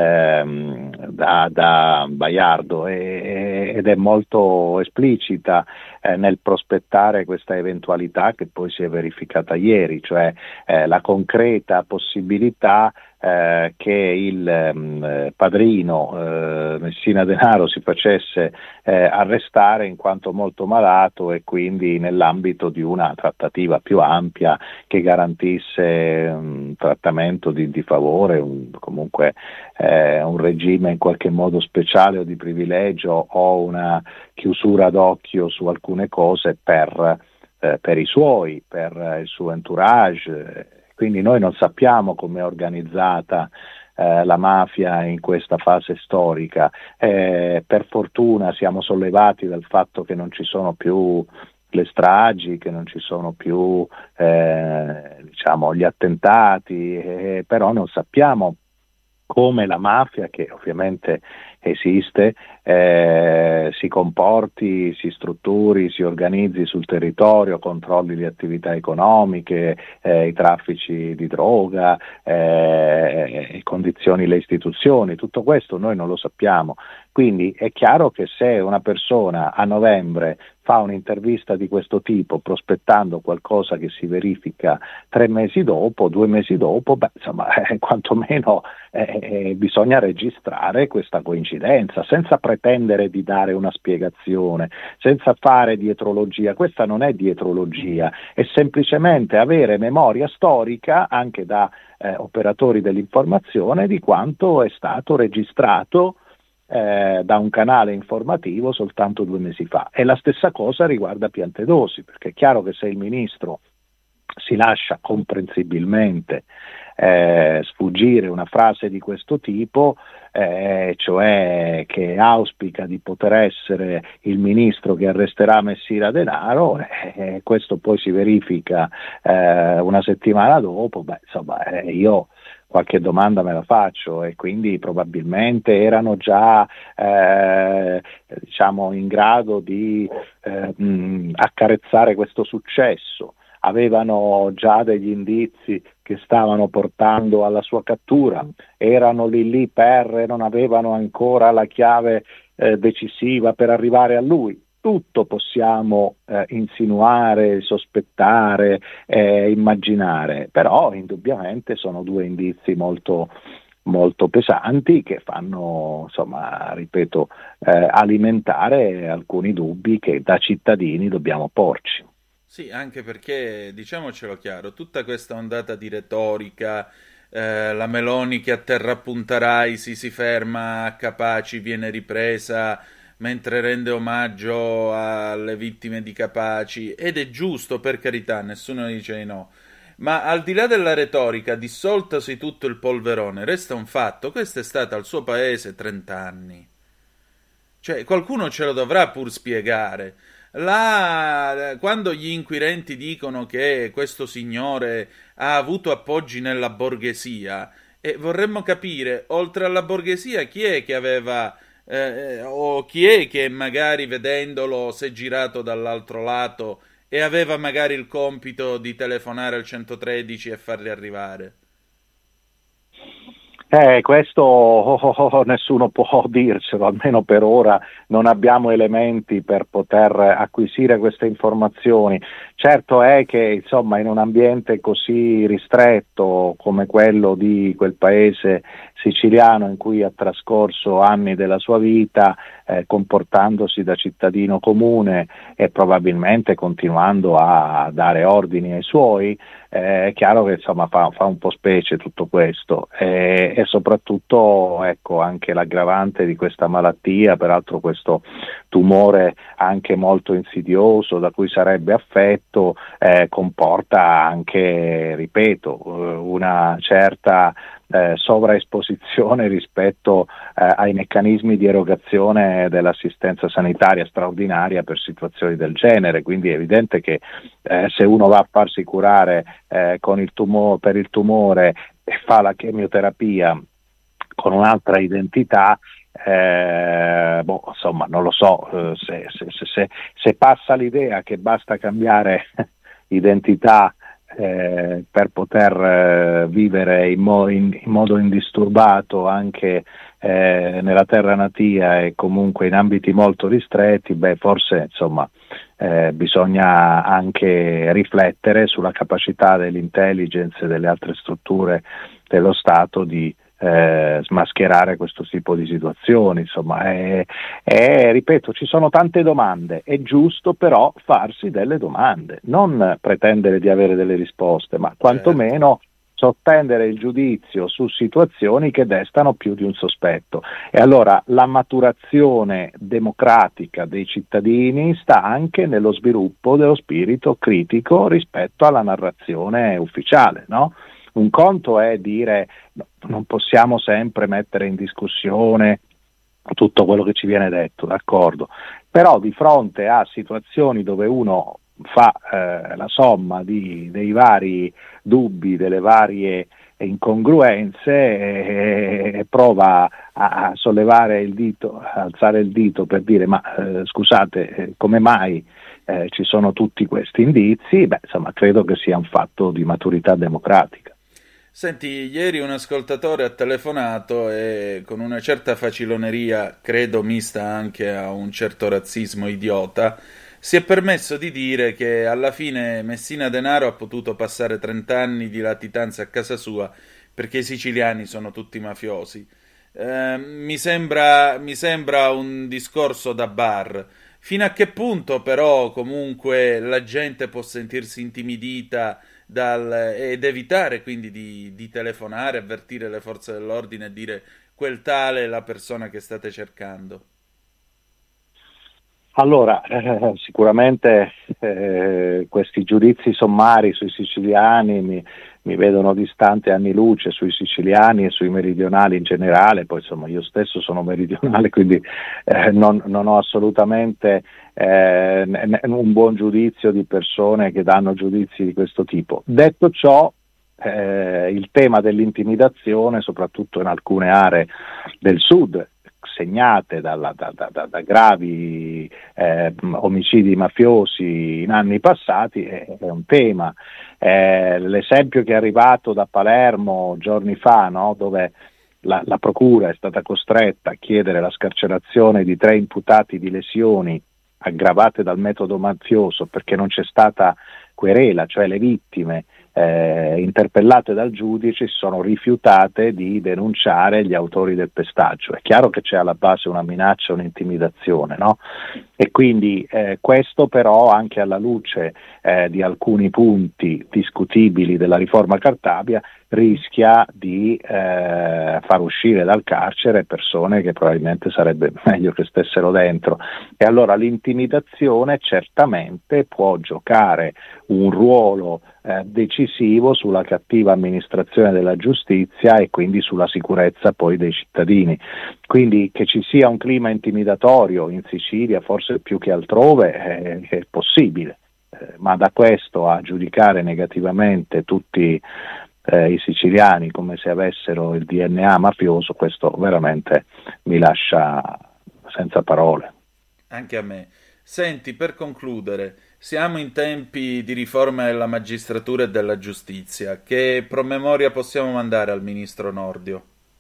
M: da Baiardo ed è molto esplicita nel prospettare questa eventualità che poi si è verificata ieri, cioè la concreta possibilità che il padrino Messina Denaro si facesse arrestare in quanto molto malato e quindi nell'ambito di una trattativa più ampia che garantisse un trattamento di favore, comunque un regime in qualche modo speciale o di privilegio o una chiusura d'occhio su alcune cose per i suoi, per il suo entourage. Quindi noi non sappiamo come è organizzata la mafia in questa fase storica. Per fortuna siamo sollevati dal fatto che non ci sono più le stragi, che non ci sono più diciamo gli attentati, però non sappiamo come la mafia, che ovviamente esiste, si comporti, si strutturi, si organizzi sul territorio, controlli le attività economiche, i traffici di droga, condizioni le istituzioni, tutto questo noi non lo sappiamo. Quindi è chiaro che se una persona a novembre fa un'intervista di questo tipo prospettando qualcosa che si verifica 3 mesi dopo, 2 mesi dopo, insomma, quantomeno bisogna registrare questa coincidenza, senza pretendere di dare una spiegazione, senza fare dietrologia. Questa non è dietrologia, è semplicemente avere memoria storica anche da operatori dell'informazione di quanto è stato registrato da un canale informativo soltanto 2 mesi fa. E la stessa cosa riguarda Piantedosi, perché è chiaro che se il ministro si lascia comprensibilmente sfuggire una frase di questo tipo, cioè che auspica di poter essere il ministro che arresterà Messina Denaro, questo poi si verifica una settimana dopo, insomma io qualche domanda me la faccio, e quindi probabilmente erano già diciamo in grado di accarezzare questo successo, avevano già degli indizi che stavano portando alla sua cattura, erano lì per non avevano ancora la chiave decisiva per arrivare a lui. Tutto possiamo insinuare, sospettare, immaginare, però indubbiamente sono 2 indizi molto molto pesanti che fanno, insomma, ripeto, alimentare alcuni dubbi che da cittadini dobbiamo porci.
E: Sì, anche perché, diciamocelo chiaro, tutta questa ondata di retorica, la Meloni che a terra punta Raisi si ferma a Capaci, viene ripresa mentre rende omaggio alle vittime di Capaci, ed è giusto, per carità, nessuno dice di no. Ma al di là della retorica, dissoltasi tutto il polverone, resta un fatto: questo è stato al suo paese 30 anni. Cioè, qualcuno ce lo dovrà pur spiegare. Quando gli inquirenti dicono che questo signore ha avuto appoggi nella borghesia, e vorremmo capire, oltre alla borghesia, chi è che aveva... o chi è che magari vedendolo si è girato dall'altro lato e aveva magari il compito di telefonare al 113 e farli arrivare?
M: Questo nessuno può dircelo, almeno per ora non abbiamo elementi per poter acquisire queste informazioni. Certo è che, insomma, in un ambiente così ristretto come quello di quel paese siciliano in cui ha trascorso anni della sua vita, comportandosi da cittadino comune e probabilmente continuando a dare ordini ai suoi, è chiaro che, insomma, fa un po' specie tutto questo, e soprattutto, ecco, anche l'aggravante di questa malattia, peraltro questo tumore anche molto insidioso da cui sarebbe affetto, comporta anche, ripeto, una certa sovraesposizione rispetto ai meccanismi di erogazione dell'assistenza sanitaria straordinaria per situazioni del genere. Quindi è evidente che se uno va a farsi curare per il tumore e fa la chemioterapia con un'altra identità, insomma, non lo so, se passa l'idea che basta cambiare identità per poter vivere in modo indisturbato anche nella terra natia e comunque in ambiti molto ristretti, forse, insomma, bisogna anche riflettere sulla capacità dell'intelligence e delle altre strutture dello Stato di smascherare questo tipo di situazioni. Insomma, ripeto, ci sono tante domande, è giusto però farsi delle domande, non pretendere di avere delle risposte, ma quantomeno sospendere il giudizio su situazioni che destano più di un sospetto. E allora la maturazione democratica dei cittadini sta anche nello sviluppo dello spirito critico rispetto alla narrazione ufficiale, no? Un conto è dire no, non possiamo sempre mettere in discussione tutto quello che ci viene detto, d'accordo, però di fronte a situazioni dove uno fa la somma dei vari dubbi, delle varie incongruenze, e prova a sollevare il dito, a alzare il dito per dire ma scusate, come mai ci sono tutti questi indizi? Insomma, credo che sia un fatto di maturità democratica.
E: Senti, ieri un ascoltatore ha telefonato e con una certa faciloneria, credo mista anche a un certo razzismo idiota, si è permesso di dire che alla fine Messina Denaro ha potuto passare 30 anni di latitanza a casa sua perché i siciliani sono tutti mafiosi. Mi sembra un discorso da bar. Fino a che punto però comunque la gente può sentirsi intimidita ed evitare quindi di telefonare, avvertire le forze dell'ordine e dire quel tale è la persona che state cercando?
M: Allora, sicuramente questi giudizi sommari sui siciliani mi vedono distante anni luce sui siciliani e sui meridionali in generale. Poi, insomma, io stesso sono meridionale, quindi non ho assolutamente un buon giudizio di persone che danno giudizi di questo tipo. Detto ciò, il tema dell'intimidazione, soprattutto in alcune aree del sud, segnate da gravi omicidi mafiosi in anni passati, è un tema. L'esempio che è arrivato da Palermo giorni fa, no? Dove la procura è stata costretta a chiedere la scarcerazione di 3 imputati di lesioni aggravate dal metodo mafioso perché non c'è stata querela, cioè le vittime interpellate dal giudice, si sono rifiutate di denunciare gli autori del pestaggio. È chiaro che c'è alla base una minaccia, un'intimidazione, no? E quindi questo però, anche alla luce di alcuni punti discutibili della riforma Cartabia, rischia di far uscire dal carcere persone che probabilmente sarebbe meglio che stessero dentro. E allora l'intimidazione certamente può giocare un ruolo decisivo sulla cattiva amministrazione della giustizia e quindi sulla sicurezza poi dei cittadini. Quindi che ci sia un clima intimidatorio in Sicilia, forse più che altrove, è possibile, ma da questo a giudicare negativamente tutti i siciliani come se avessero il DNA mafioso, questo veramente mi lascia senza parole.
E: Anche a me. Senti, per concludere, siamo in tempi di riforma della magistratura e della giustizia. Che promemoria possiamo mandare al ministro Nordio?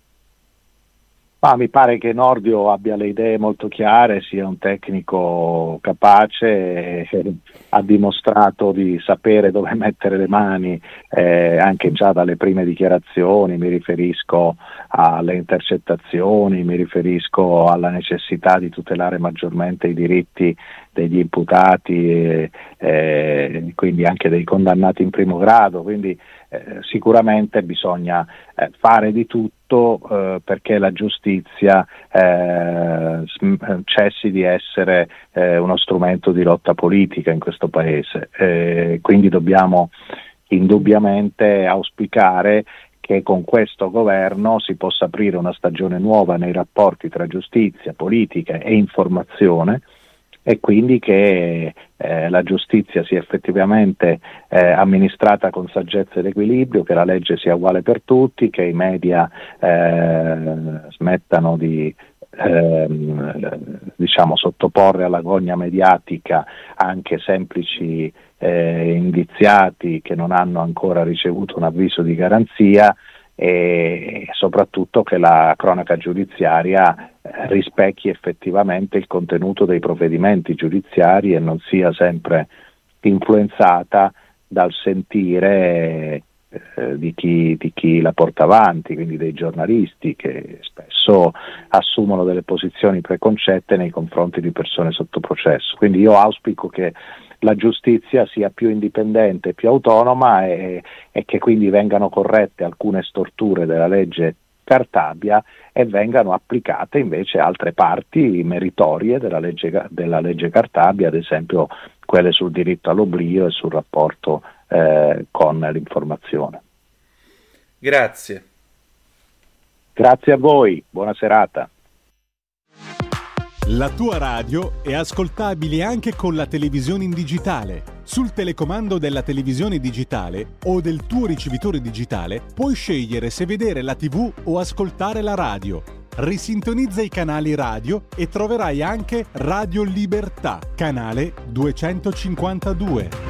M: Mi pare che Nordio abbia le idee molto chiare, sia un tecnico capace, ha dimostrato di sapere dove mettere le mani anche già dalle prime dichiarazioni. Mi riferisco alle intercettazioni, mi riferisco alla necessità di tutelare maggiormente i diritti degli imputati e quindi anche dei condannati in primo grado. Quindi sicuramente bisogna fare di tutto perché la giustizia cessi di essere uno strumento di lotta politica in questo paese. Quindi dobbiamo indubbiamente auspicare che con questo governo si possa aprire una stagione nuova nei rapporti tra giustizia, politica e informazione, e quindi che la giustizia sia effettivamente amministrata con saggezza ed equilibrio, che la legge sia uguale per tutti, che i media smettano di sottoporre alla gogna mediatica anche semplici indiziati che non hanno ancora ricevuto un avviso di garanzia, e soprattutto che la cronaca giudiziaria rispecchi effettivamente il contenuto dei provvedimenti giudiziari e non sia sempre influenzata dal sentire di chi la porta avanti, quindi dei giornalisti che spesso assumono delle posizioni preconcette nei confronti di persone sotto processo. Quindi io auspico che la giustizia sia più indipendente, più autonoma e che quindi vengano corrette alcune storture della legge Cartabia e vengano applicate invece altre parti meritorie della legge Cartabia, ad esempio quelle sul diritto all'oblio e sul rapporto con l'informazione.
E: Grazie.
M: Grazie a voi, buona serata.
B: La tua radio è ascoltabile anche con la televisione in digitale. Sul telecomando della televisione digitale o del tuo ricevitore digitale puoi scegliere se vedere la TV o ascoltare la radio. Risintonizza i canali radio e troverai anche Radio Libertà, canale 252.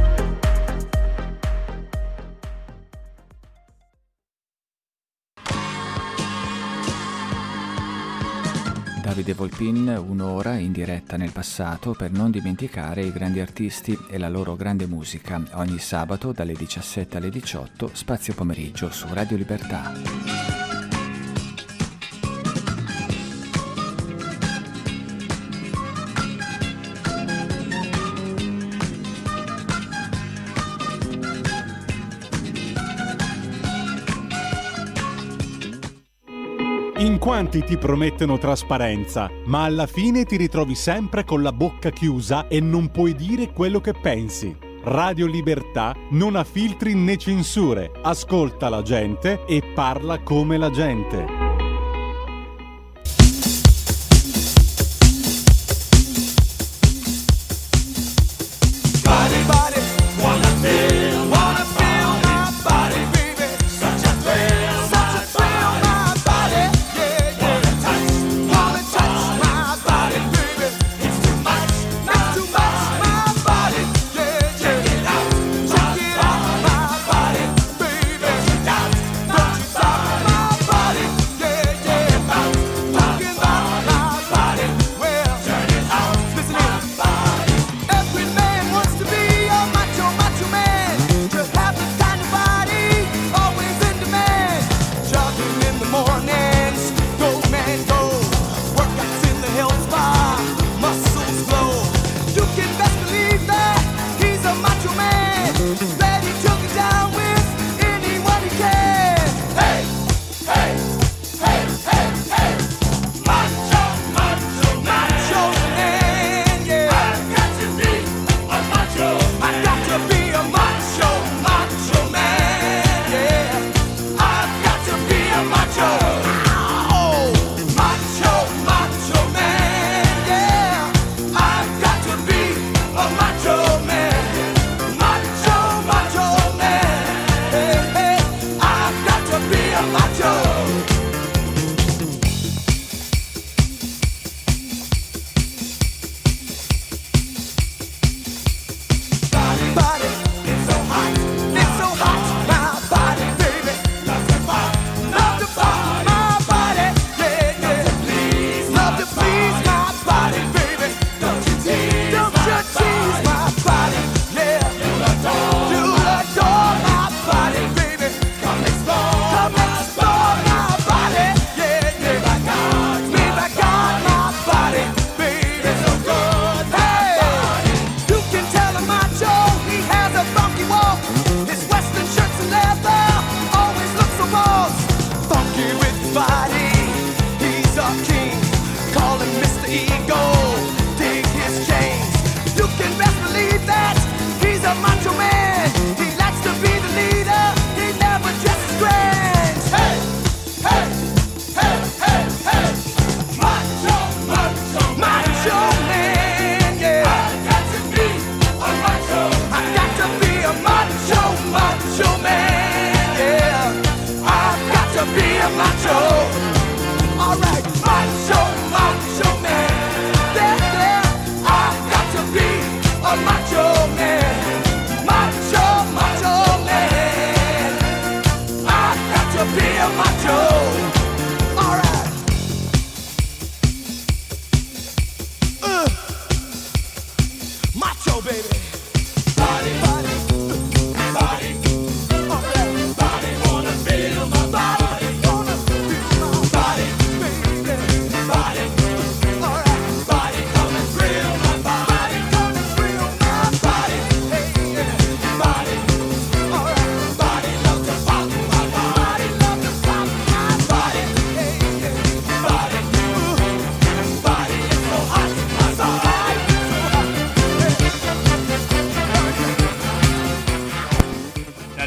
N: Davide Volpin, un'ora in diretta nel passato per non dimenticare i grandi artisti e la loro grande musica. Ogni sabato dalle 17 alle 18, spazio pomeriggio su Radio Libertà.
B: In quanti ti promettono trasparenza, ma alla fine ti ritrovi sempre con la bocca chiusa e non puoi dire quello che pensi. Radio Libertà non ha filtri né censure, ascolta la gente e parla come la gente.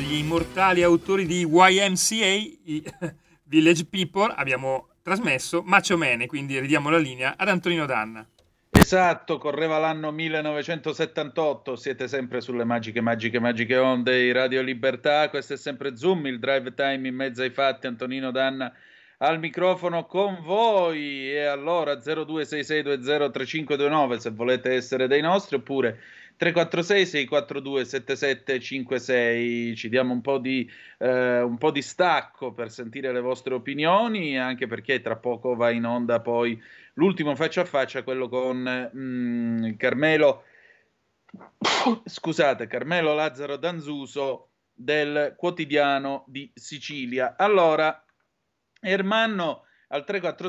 D: degli immortali autori di YMCA, i Village People, abbiamo trasmesso Macho Man, quindi ridiamo la linea ad Antonino Danna.
E: Esatto, correva l'anno 1978, siete sempre sulle magiche onde di Radio Libertà, questo è sempre Zoom, il drive time in mezzo ai fatti, Antonino Danna al microfono con voi. E allora 0266203529 se volete essere dei nostri, oppure 346-642-7756, ci diamo un po' di stacco per sentire le vostre opinioni, anche perché tra poco va in onda poi l'ultimo faccia a faccia, quello con Carmelo Lazzaro Danzuso del Quotidiano di Sicilia. Allora, Ermanno al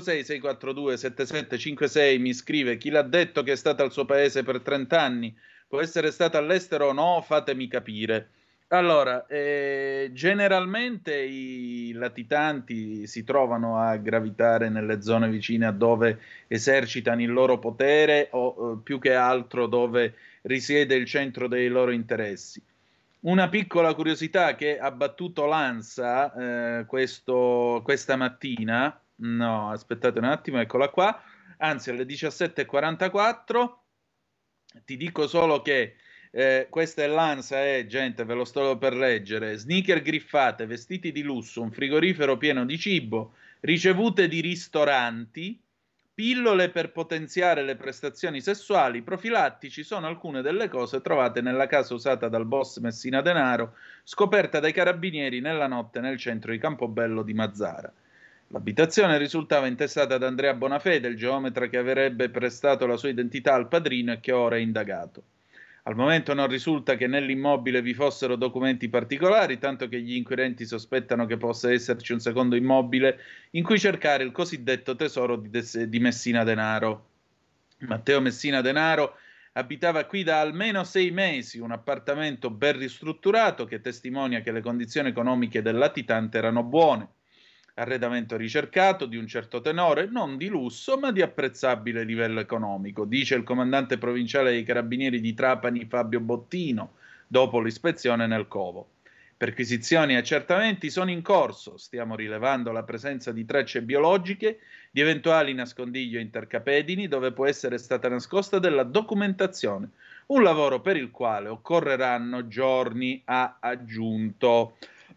E: 346-642-7756 mi scrive: chi l'ha detto che è stata al suo paese per 30 anni? Può essere stata all'estero o no? Fatemi capire. Allora, generalmente i latitanti si trovano a gravitare nelle zone vicine a dove esercitano il loro potere o più che altro dove risiede il centro dei loro interessi. Una piccola curiosità che ha battuto l'ANSA questa mattina, no, aspettate un attimo, eccola qua, anzi alle 17:44, ti dico solo che questa è l'ANSA, gente, ve lo sto per leggere: sneaker griffate, vestiti di lusso, un frigorifero pieno di cibo, ricevute di ristoranti, pillole per potenziare le prestazioni sessuali, profilattici sono alcune delle cose trovate nella casa usata dal boss Messina Denaro, scoperta dai carabinieri nella notte nel centro di Campobello di Mazara. L'abitazione risultava intestata ad Andrea Bonafede, il geometra che avrebbe prestato la sua identità al padrino e che ora è indagato. Al momento non risulta che nell'immobile vi fossero documenti particolari, tanto che gli inquirenti sospettano che possa esserci un secondo immobile in cui cercare il cosiddetto tesoro di Messina Denaro. Matteo Messina Denaro abitava qui da almeno 6 mesi, un appartamento ben ristrutturato che testimonia che le condizioni economiche del latitante erano buone. Arredamento ricercato, di un certo tenore, non di lusso, ma di apprezzabile livello economico, dice il comandante provinciale dei Carabinieri di Trapani Fabio Bottino, dopo l'ispezione nel covo. Perquisizioni e accertamenti sono in corso, stiamo rilevando la presenza di tracce biologiche, di eventuali nascondigli o intercapedini dove può essere stata nascosta della documentazione, un lavoro per il quale occorreranno giorni, ha aggiunto.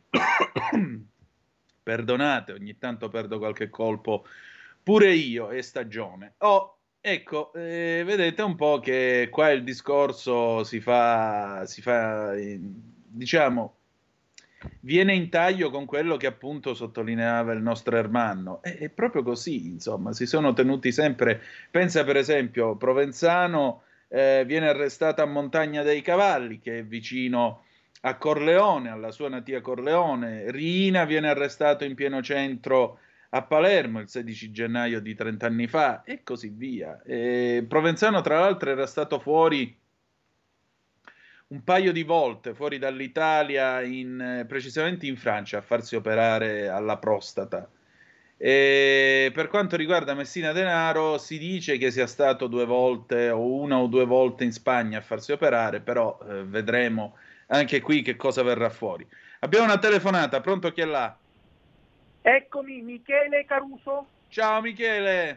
E: Perdonate, ogni tanto perdo qualche colpo pure io, è stagione. Ecco, vedete un po' che qua il discorso si fa diciamo, viene in taglio con quello che appunto sottolineava il nostro Ermanno. È proprio così, insomma, si sono tenuti sempre. Pensa per esempio, Provenzano viene arrestato a Montagna dei Cavalli, che è vicino a Corleone, alla sua natia Corleone. Riina viene arrestato in pieno centro a Palermo il 16 gennaio di 30 anni fa, e così via. Provenzano, tra l'altro, era stato fuori un paio di volte, fuori dall'Italia, precisamente in Francia, a farsi operare alla prostata. Per quanto riguarda Messina Denaro, si dice che sia stato 2 volte o 1 o 2 volte in Spagna a farsi operare, però vedremo anche qui che cosa verrà fuori. Abbiamo una telefonata, pronto, chi è là?
O: Eccomi, Michele Caruso.
E: Ciao Michele.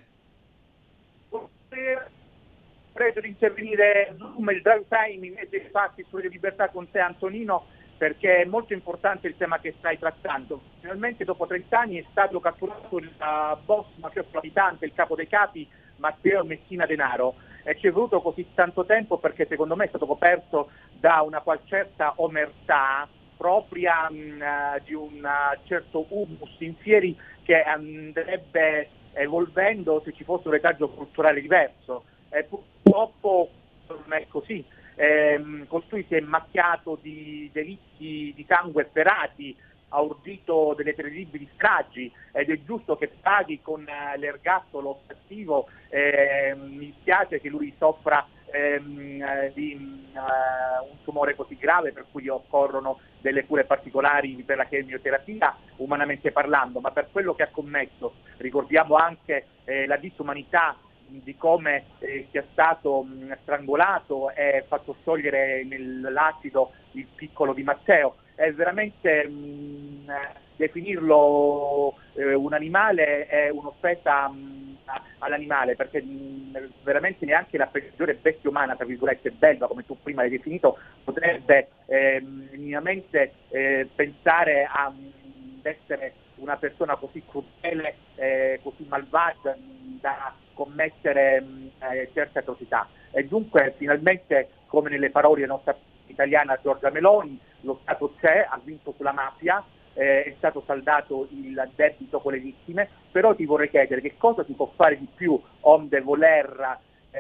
O: Preso di intervenire Zoom, il drive time in mezzo ai fatti sulle libertà con te, Antonino, perché è molto importante il tema che stai trattando. Finalmente dopo 30 anni è stato catturato il boss mafioso latitante, il capo dei capi, Matteo Messina Denaro. E ci è voluto così tanto tempo perché secondo me è stato coperto da una qual certa omertà propria di un certo humus in fieri che andrebbe evolvendo se ci fosse un retaggio culturale diverso. E purtroppo non è così. Costui si è macchiato di delitti di sangue efferati, ha ordito delle terribili stragi ed è giusto che paghi con l'ergastolo cattivo. Mi spiace che lui soffra di un tumore così grave per cui occorrono delle cure particolari per la chemioterapia, umanamente parlando, ma per quello che ha commesso ricordiamo anche la disumanità di come sia stato strangolato e fatto sciogliere nell'acido il piccolo di Matteo. è veramente definirlo un animale è un'offesa all'animale, perché veramente neanche la peggiore bestia umana, tra virgolette, belva, come tu prima hai definito, potrebbe minimamente pensare ad essere una persona così crudele, così malvagia da commettere certe atrocità. E dunque finalmente, come nelle parole della nostra italiana Giorgia Meloni, lo Stato c'è, ha vinto sulla mafia, è stato saldato il debito con le vittime, però ti vorrei chiedere che cosa si può fare di più onde voler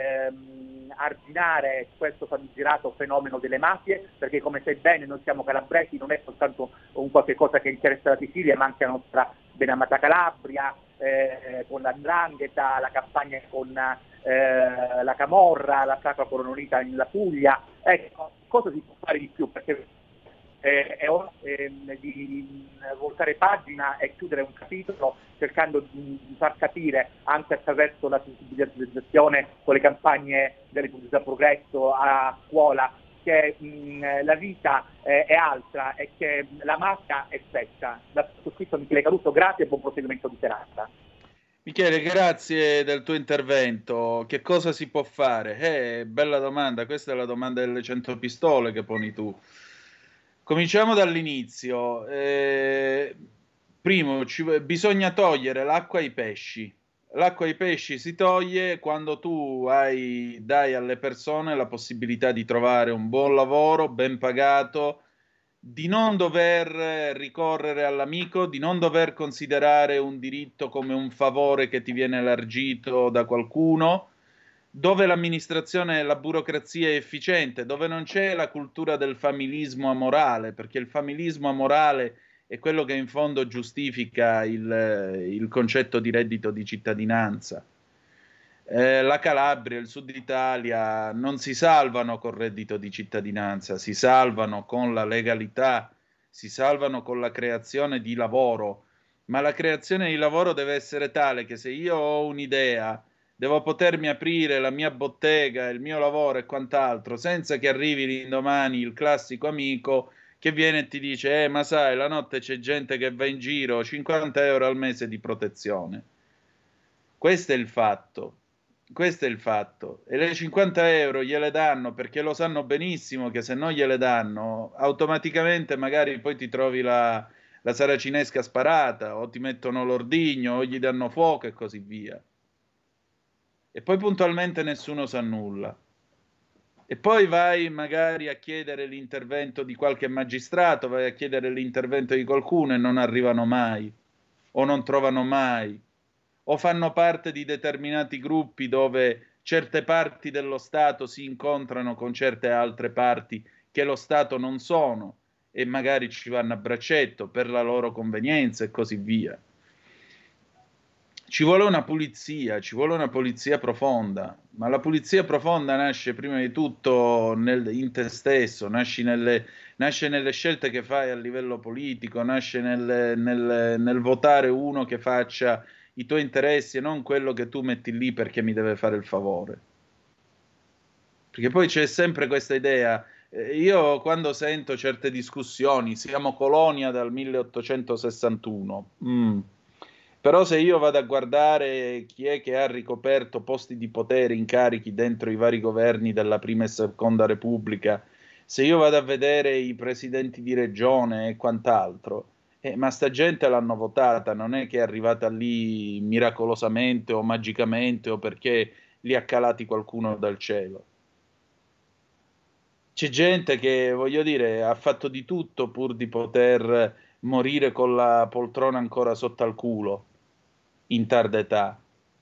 O: arginare questo famigerato fenomeno delle mafie, perché come sai bene noi siamo calabresi, non è soltanto un qualche cosa che interessa la Sicilia, ma anche la nostra benamata Calabria, con la 'ndrangheta, la campagna con la Camorra, la Sacra Coronolita nella Puglia. Ecco, cosa si può fare di più? Perché è ora di voltare pagina e chiudere un capitolo, cercando di far capire anche attraverso la sensibilizzazione con le campagne delle pubblicità progresso a scuola che la vita è altra e che la mafia è spessa. Da sottoscritto Michele Caruso, grazie e buon proseguimento di serata.
E: Michele, grazie del tuo intervento. Che cosa si può fare? Bella domanda, questa è la domanda delle 100 pistole che poni tu. Cominciamo dall'inizio. Primo, bisogna togliere l'acqua ai pesci. L'acqua ai pesci si toglie quando tu dai alle persone la possibilità di trovare un buon lavoro, ben pagato, di non dover ricorrere all'amico, di non dover considerare un diritto come un favore che ti viene elargito da qualcuno, dove l'amministrazione e la burocrazia è efficiente, dove non c'è la cultura del familismo amorale, perché il familismo amorale è quello che in fondo giustifica il concetto di reddito di cittadinanza. La Calabria, il Sud Italia non si salvano col reddito di cittadinanza, si salvano con la legalità, si salvano con la creazione di lavoro, ma la creazione di lavoro deve essere tale che se io ho un'idea devo potermi aprire la mia bottega, il mio lavoro e quant'altro, senza che arrivi l'indomani il classico amico che viene e ti dice ma sai, la notte c'è gente che va in giro, 50 euro al mese di protezione. Questo è il fatto. Questo è il fatto. E le 50 euro gliele danno perché lo sanno benissimo che se non gliele danno, automaticamente magari poi ti trovi la saracinesca sparata, o ti mettono l'ordigno, o gli danno fuoco e così via. E poi puntualmente nessuno sa nulla. E poi vai magari a chiedere l'intervento di qualche magistrato, vai a chiedere l'intervento di qualcuno e non arrivano mai, o non trovano mai, o fanno parte di determinati gruppi dove certe parti dello Stato si incontrano con certe altre parti che lo Stato non sono e magari ci vanno a braccetto per la loro convenienza e così via. Ci vuole una pulizia profonda, ma la pulizia profonda nasce prima di tutto in te stesso, nasce nelle scelte che fai a livello politico, nasce nel votare uno che faccia i tuoi interessi e non quello che tu metti lì perché mi deve fare il favore. Perché poi c'è sempre questa idea, io quando sento certe discussioni, siamo colonia dal 1861, però se io vado a guardare chi è che ha ricoperto posti di potere, incarichi dentro i vari governi della prima e seconda Repubblica, se io vado a vedere i presidenti di regione e quant'altro, ma sta gente l'hanno votata, non è che è arrivata lì miracolosamente o magicamente o perché li ha calati qualcuno dal cielo. C'è gente che, voglio dire, ha fatto di tutto pur di poter morire con la poltrona ancora sotto al culo in tarda età.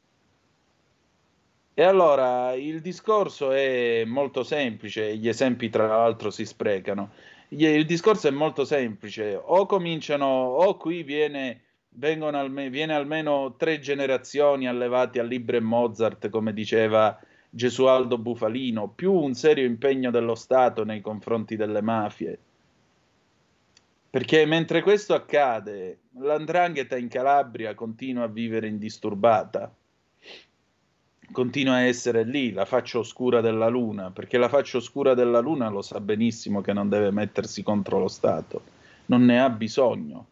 E: E allora il discorso è molto semplice, gli esempi tra l'altro si sprecano. Il discorso è molto semplice, o cominciano, o qui viene almeno 3 generazioni allevati a Libre e Mozart, come diceva Gesualdo Bufalino, più un serio impegno dello Stato nei confronti delle mafie. Perché mentre questo accade, l''ndrangheta in Calabria continua a vivere indisturbata, continua a essere lì, la faccia oscura della luna, perché la faccia oscura della luna lo sa benissimo che non deve mettersi contro lo Stato, non ne ha bisogno.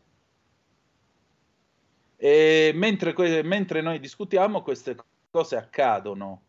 E: E mentre noi discutiamo, queste cose accadono.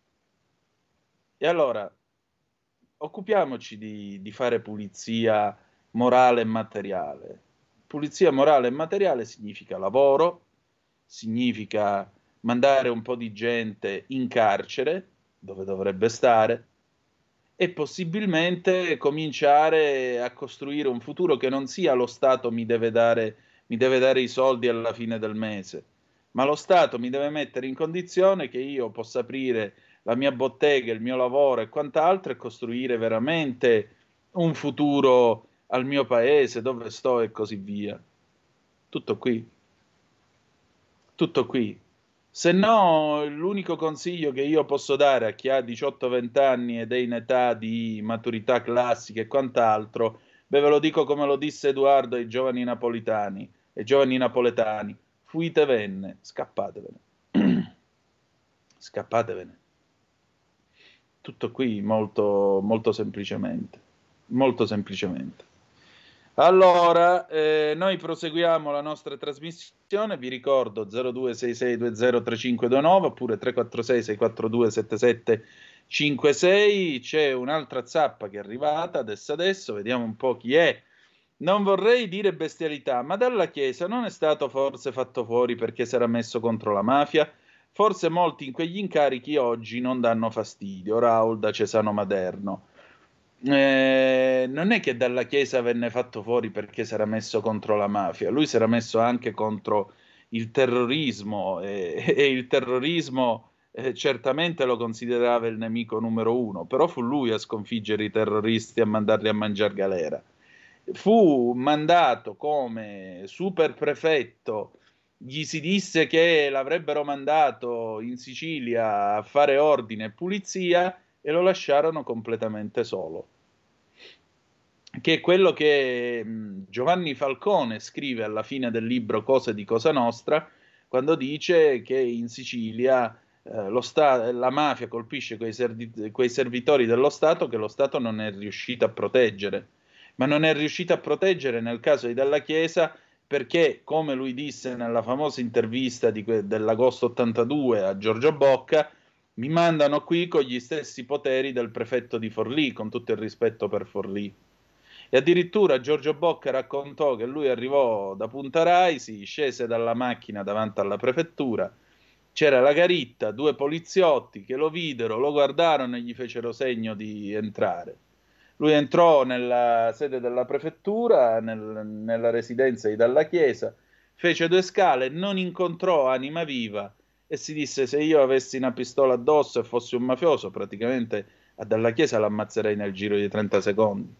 E: E allora occupiamoci di fare pulizia morale e materiale. Pulizia morale e materiale significa lavoro, significa mandare un po' di gente in carcere, dove dovrebbe stare, e possibilmente cominciare a costruire un futuro che non sia lo Stato mi deve dare i soldi alla fine del mese, ma lo Stato mi deve mettere in condizione che io possa aprire la mia bottega, il mio lavoro e quant'altro e costruire veramente un futuro al mio paese, dove sto e così via. Tutto qui. Tutto qui. Se no, l'unico consiglio che io posso dare a chi ha 18-20 anni ed è in età di maturità classica e quant'altro, ve lo dico come lo disse Edoardo ai giovani napoletani, fuitevene, scappatevene. Scappatevene. Tutto qui molto, molto semplicemente. Molto semplicemente. Allora, noi proseguiamo la nostra trasmissione, vi ricordo 0266203529 oppure 346-642-7756, c'è un'altra zappa che è arrivata adesso, vediamo un po' chi è. Non vorrei dire bestialità, ma dalla Chiesa non è stato forse fatto fuori perché si era messo contro la mafia? Forse molti in quegli incarichi oggi non danno fastidio, Raul da Cesano Maderno. Non è che dalla Chiesa venne fatto fuori perché si era messo contro la mafia, lui si era messo anche contro il terrorismo e il terrorismo certamente lo considerava il nemico numero uno, però fu lui a sconfiggere i terroristi e a mandarli a mangiare galera. Fu mandato come superprefetto, gli si disse che l'avrebbero mandato in Sicilia a fare ordine e pulizia e lo lasciarono completamente solo. Che è quello che Giovanni Falcone scrive alla fine del libro Cose di Cosa Nostra, quando dice che in Sicilia la mafia colpisce quei servitori dello Stato che lo Stato non è riuscito a proteggere. Ma non è riuscito a proteggere nel caso di Dalla Chiesa perché, come lui disse nella famosa intervista dell'agosto 82 a Giorgio Bocca, mi mandano qui con gli stessi poteri del prefetto di Forlì, con tutto il rispetto per Forlì. E addirittura Giorgio Bocca raccontò che lui arrivò da Punta Raisi, scese dalla macchina davanti alla prefettura, c'era la Garitta, 2 poliziotti che lo videro, lo guardarono e gli fecero segno di entrare. Lui entrò nella sede della prefettura, nella residenza di Dalla Chiesa, fece 2 scale, non incontrò anima viva e si disse: se io avessi una pistola addosso e fossi un mafioso, praticamente a Dalla Chiesa l'ammazzerei nel giro di 30 secondi.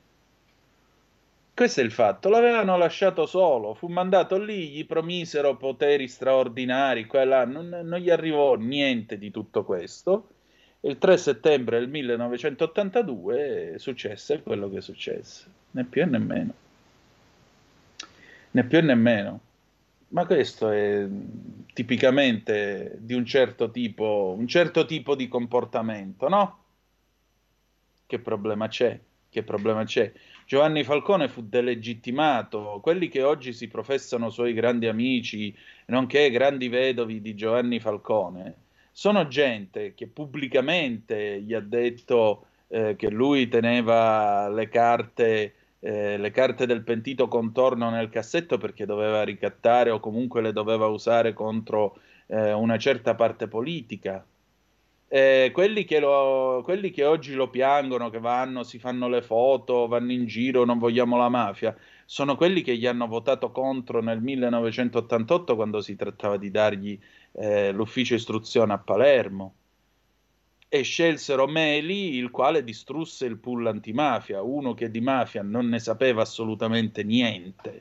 E: Questo è il fatto, l'avevano lasciato solo, fu mandato lì, gli promisero poteri straordinari, non gli arrivò niente di tutto questo. Il 3 settembre del 1982 successe quello che successe, né più né meno. Né più né meno. Ma questo è tipicamente di un certo tipo di comportamento, no? Che problema c'è? Che problema c'è? Giovanni Falcone fu delegittimato. Quelli che oggi si professano suoi grandi amici, nonché grandi vedovi di Giovanni Falcone, sono gente che pubblicamente gli ha detto che lui teneva le carte del pentito contorno nel cassetto perché doveva ricattare o comunque le doveva usare contro una certa parte politica. Quelli che oggi lo piangono, che si fanno le foto, vanno in giro, non vogliamo la mafia, sono quelli che gli hanno votato contro nel 1988 quando si trattava di dargli l'ufficio istruzione a Palermo. E scelsero Meli, il quale distrusse il pool antimafia, uno che di mafia non ne sapeva assolutamente niente.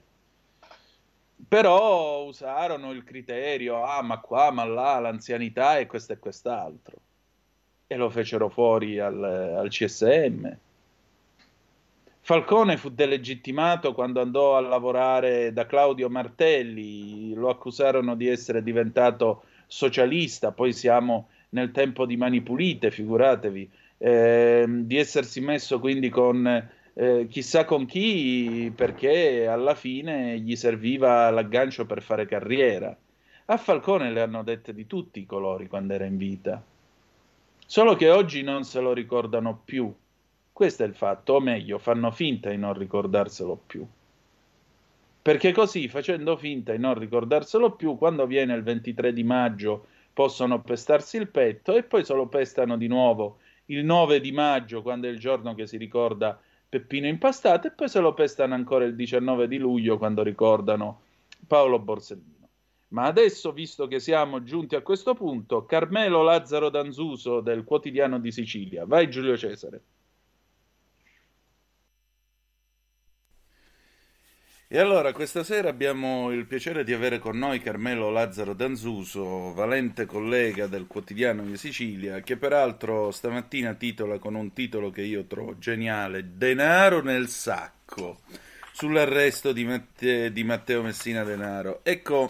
E: Però usarono il criterio, ma qua, ma là, l'anzianità e questo e quest'altro. E lo fecero fuori al CSM. Falcone fu delegittimato quando andò a lavorare da Claudio Martelli, lo accusarono di essere diventato socialista, poi siamo nel tempo di Mani Pulite, figuratevi, di essersi messo quindi con chissà con chi, perché alla fine gli serviva l'aggancio per fare carriera. A Falcone le hanno dette di tutti i colori quando era in vita, solo che oggi non se lo ricordano più. Questo è il fatto, o meglio, fanno finta di non ricordarselo più. Perché così, facendo finta di non ricordarselo più, quando viene il 23 di maggio possono pestarsi il petto e poi se lo pestano di nuovo il 9 di maggio, quando è il giorno che si ricorda Peppino Impastato, e poi se lo pestano ancora il 19 di luglio, quando ricordano Paolo Borsellino. Ma adesso, visto che siamo giunti a questo punto, Carmelo Lazzaro Danzuso del Quotidiano di Sicilia. Vai Giulio Cesare. E allora, questa sera abbiamo il piacere di avere con noi Carmelo Lazzaro Danzuso, valente collega del Quotidiano di Sicilia, che peraltro stamattina titola con un titolo che io trovo geniale: Denaro nel sacco, sull'arresto di Matteo Messina Denaro. Ecco,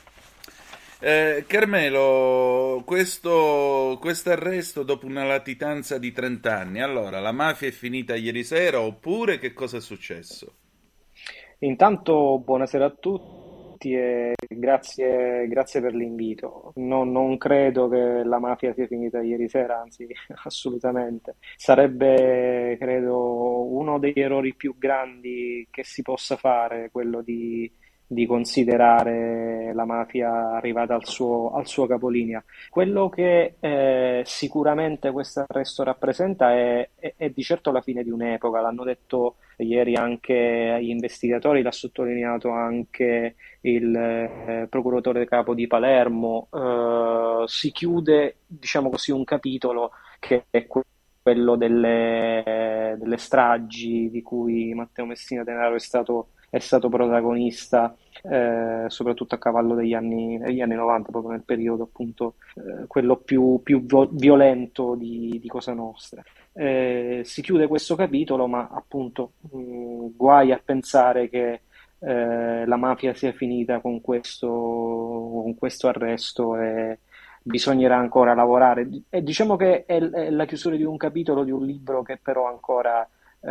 E: Carmelo, questo arresto dopo una latitanza di 30 anni, allora la mafia è finita ieri sera oppure che cosa è successo?
P: Intanto buonasera a tutti e grazie per l'invito. Non credo che la mafia sia finita ieri sera, anzi assolutamente. Sarebbe, credo, uno degli errori più grandi che si possa fare, quello di considerare la mafia arrivata al suo capolinea. Quello che sicuramente questo arresto rappresenta è di certo la fine di un'epoca, l'hanno detto ieri anche gli investigatori, l'ha sottolineato anche il procuratore capo di Palermo. Si chiude, diciamo così, un capitolo che è quello delle stragi di cui Matteo Messina Denaro è stato protagonista, soprattutto a cavallo degli anni 90, proprio nel periodo appunto quello più violento di Cosa Nostra. Si chiude questo capitolo, ma appunto guai a pensare che la mafia sia finita con questo arresto, e bisognerà ancora lavorare. E diciamo che è la chiusura di un capitolo di un libro che però ancora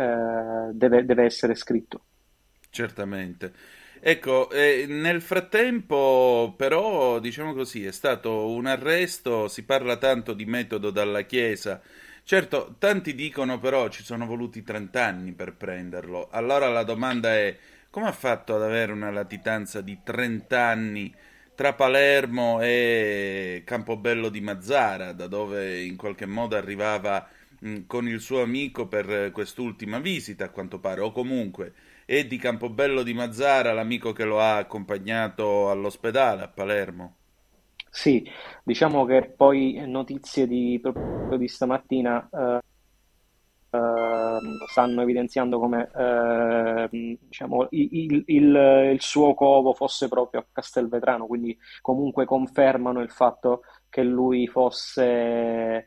P: deve essere scritto.
E: Certamente. Ecco, nel frattempo però, diciamo così, è stato un arresto, si parla tanto di metodo dalla Chiesa. Certo, tanti dicono però ci sono voluti 30 anni per prenderlo. Allora la domanda è: come ha fatto ad avere una latitanza di 30 anni tra Palermo e Campobello di Mazara, da dove in qualche modo arrivava con il suo amico per quest'ultima visita, a quanto pare, o comunque è di Campobello di Mazara l'amico che lo ha accompagnato all'ospedale a Palermo?
P: Sì, diciamo che poi notizie proprio di stamattina stanno evidenziando come diciamo, il suo covo fosse proprio a Castelvetrano, quindi comunque confermano il fatto che lui fosse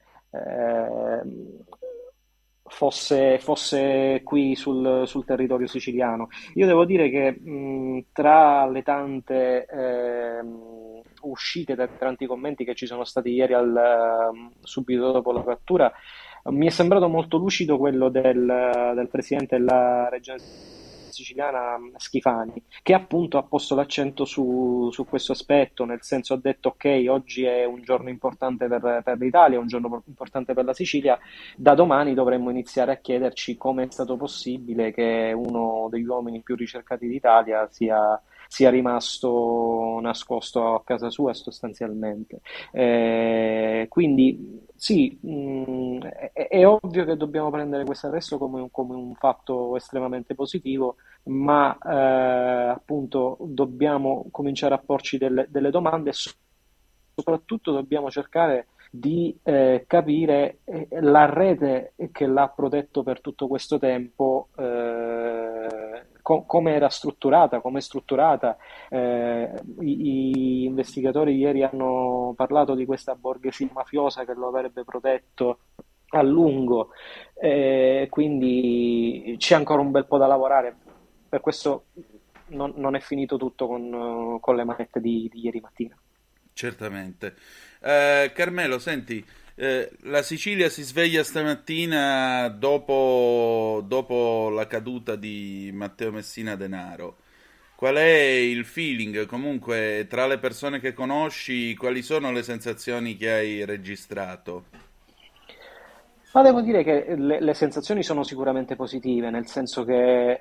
P: qui sul territorio siciliano. Io devo dire che tra le tante uscite, tra tanti commenti che ci sono stati ieri subito dopo la cattura, mi è sembrato molto lucido quello del presidente della regione siciliana Schifani, che appunto ha posto l'accento su questo aspetto, nel senso ha detto: ok, oggi è un giorno importante per l'Italia, un giorno importante per la Sicilia, da domani dovremmo iniziare a chiederci come è stato possibile che uno degli uomini più ricercati d'Italia sia rimasto nascosto a casa sua sostanzialmente. Quindi sì, è ovvio che dobbiamo prendere questo arresto come un fatto estremamente positivo, ma appunto dobbiamo cominciare a porci delle domande e soprattutto dobbiamo cercare di capire la rete che l'ha protetto per tutto questo tempo, come era strutturata, come è strutturata. Gli investigatori ieri hanno parlato di questa borghesia mafiosa che lo avrebbe protetto a lungo, quindi c'è ancora un bel po' da lavorare. Per questo non è finito tutto con le manette di ieri mattina.
E: Certamente. Carmelo, senti, La Sicilia si sveglia stamattina dopo la caduta di Matteo Messina Denaro. Qual è il feeling? Comunque, tra le persone che conosci, quali sono le sensazioni che hai registrato?
P: Ma devo dire che le sensazioni sono sicuramente positive, nel senso che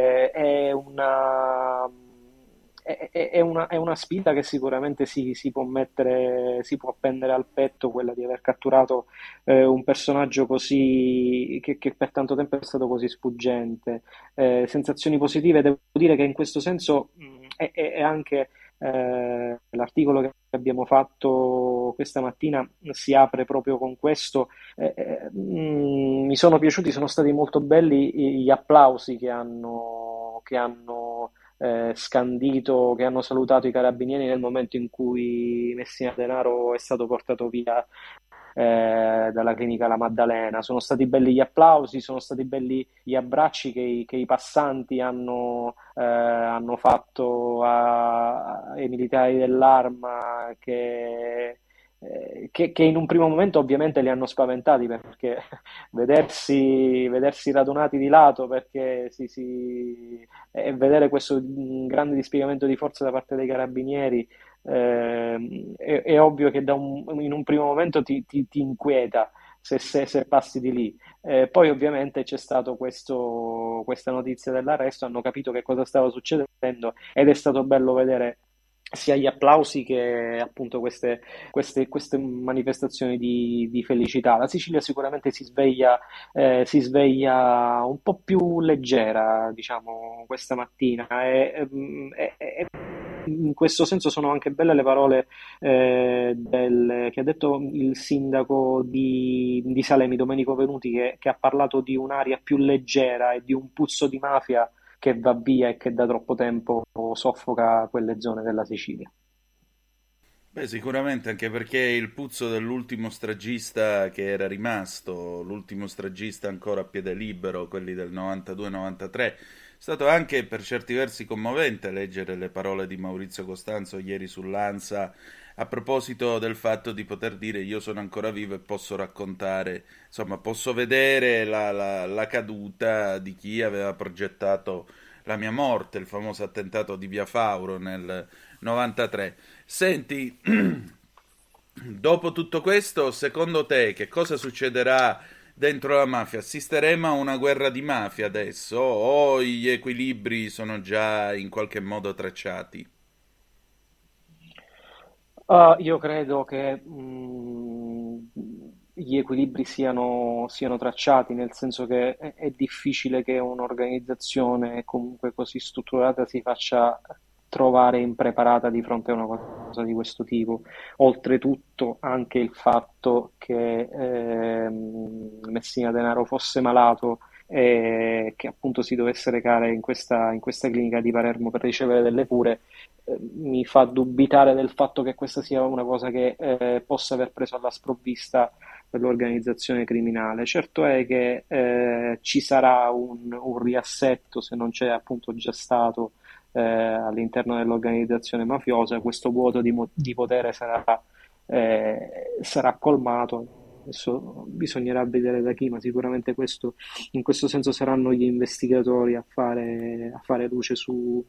P: è una sfida che sicuramente si può mettere, si può appendere al petto, quella di aver catturato un personaggio così, che per tanto tempo è stato così sfuggente. Sensazioni positive, devo dire che in questo senso è anche l'articolo che abbiamo fatto questa mattina si apre proprio con questo. Mi sono piaciuti, sono stati molto belli gli applausi che hanno scandito, che hanno salutato i carabinieri nel momento in cui Messina Denaro è stato portato via dalla clinica La Maddalena. Sono stati belli gli applausi, sono stati belli gli abbracci che i passanti hanno fatto ai militari dell'Arma che in un primo momento ovviamente li hanno spaventati perché vedersi radunati di lato e vedere questo grande dispiegamento di forza da parte dei carabinieri è ovvio che in un primo momento ti inquieta se passi di lì. Poi ovviamente c'è stato questa notizia dell'arresto, hanno capito che cosa stava succedendo ed è stato bello vedere sia gli applausi che appunto queste manifestazioni di felicità. La Sicilia sicuramente si sveglia un po' più leggera, diciamo, questa mattina e in questo senso sono anche belle le parole che ha detto il sindaco di Salemi, Domenico Venuti, che ha parlato di un'aria più leggera e di un puzzo di mafia che va via e che da troppo tempo soffoca quelle zone della Sicilia.
E: Beh, sicuramente anche perché il puzzo dell'ultimo stragista che era rimasto, l'ultimo stragista ancora a piede libero, quelli del 92-93, è stato anche per certi versi commovente leggere le parole di Maurizio Costanzo ieri sull'Ansa a proposito del fatto di poter dire io sono ancora vivo e posso raccontare, insomma, posso vedere la caduta di chi aveva progettato la mia morte, il famoso attentato di Via Fauro nel 93. Senti, dopo tutto questo, secondo te che cosa succederà dentro la mafia? Assisteremo a una guerra di mafia adesso o gli equilibri sono già in qualche modo tracciati?
P: Io credo che gli equilibri siano tracciati, nel senso che è difficile che un'organizzazione comunque così strutturata si faccia trovare impreparata di fronte a una cosa di questo tipo. Oltretutto anche il fatto che Messina Denaro fosse malato e che appunto si dovesse recare in questa clinica di Palermo per ricevere delle cure mi fa dubitare del fatto che questa sia una cosa che possa aver preso alla sprovvista per l'organizzazione criminale. Certo è che ci sarà un riassetto, se non c'è appunto già stato all'interno dell'organizzazione mafiosa, questo vuoto di potere sarà colmato. Adesso bisognerà vedere da chi, ma sicuramente in questo senso saranno gli investigatori a fare luce su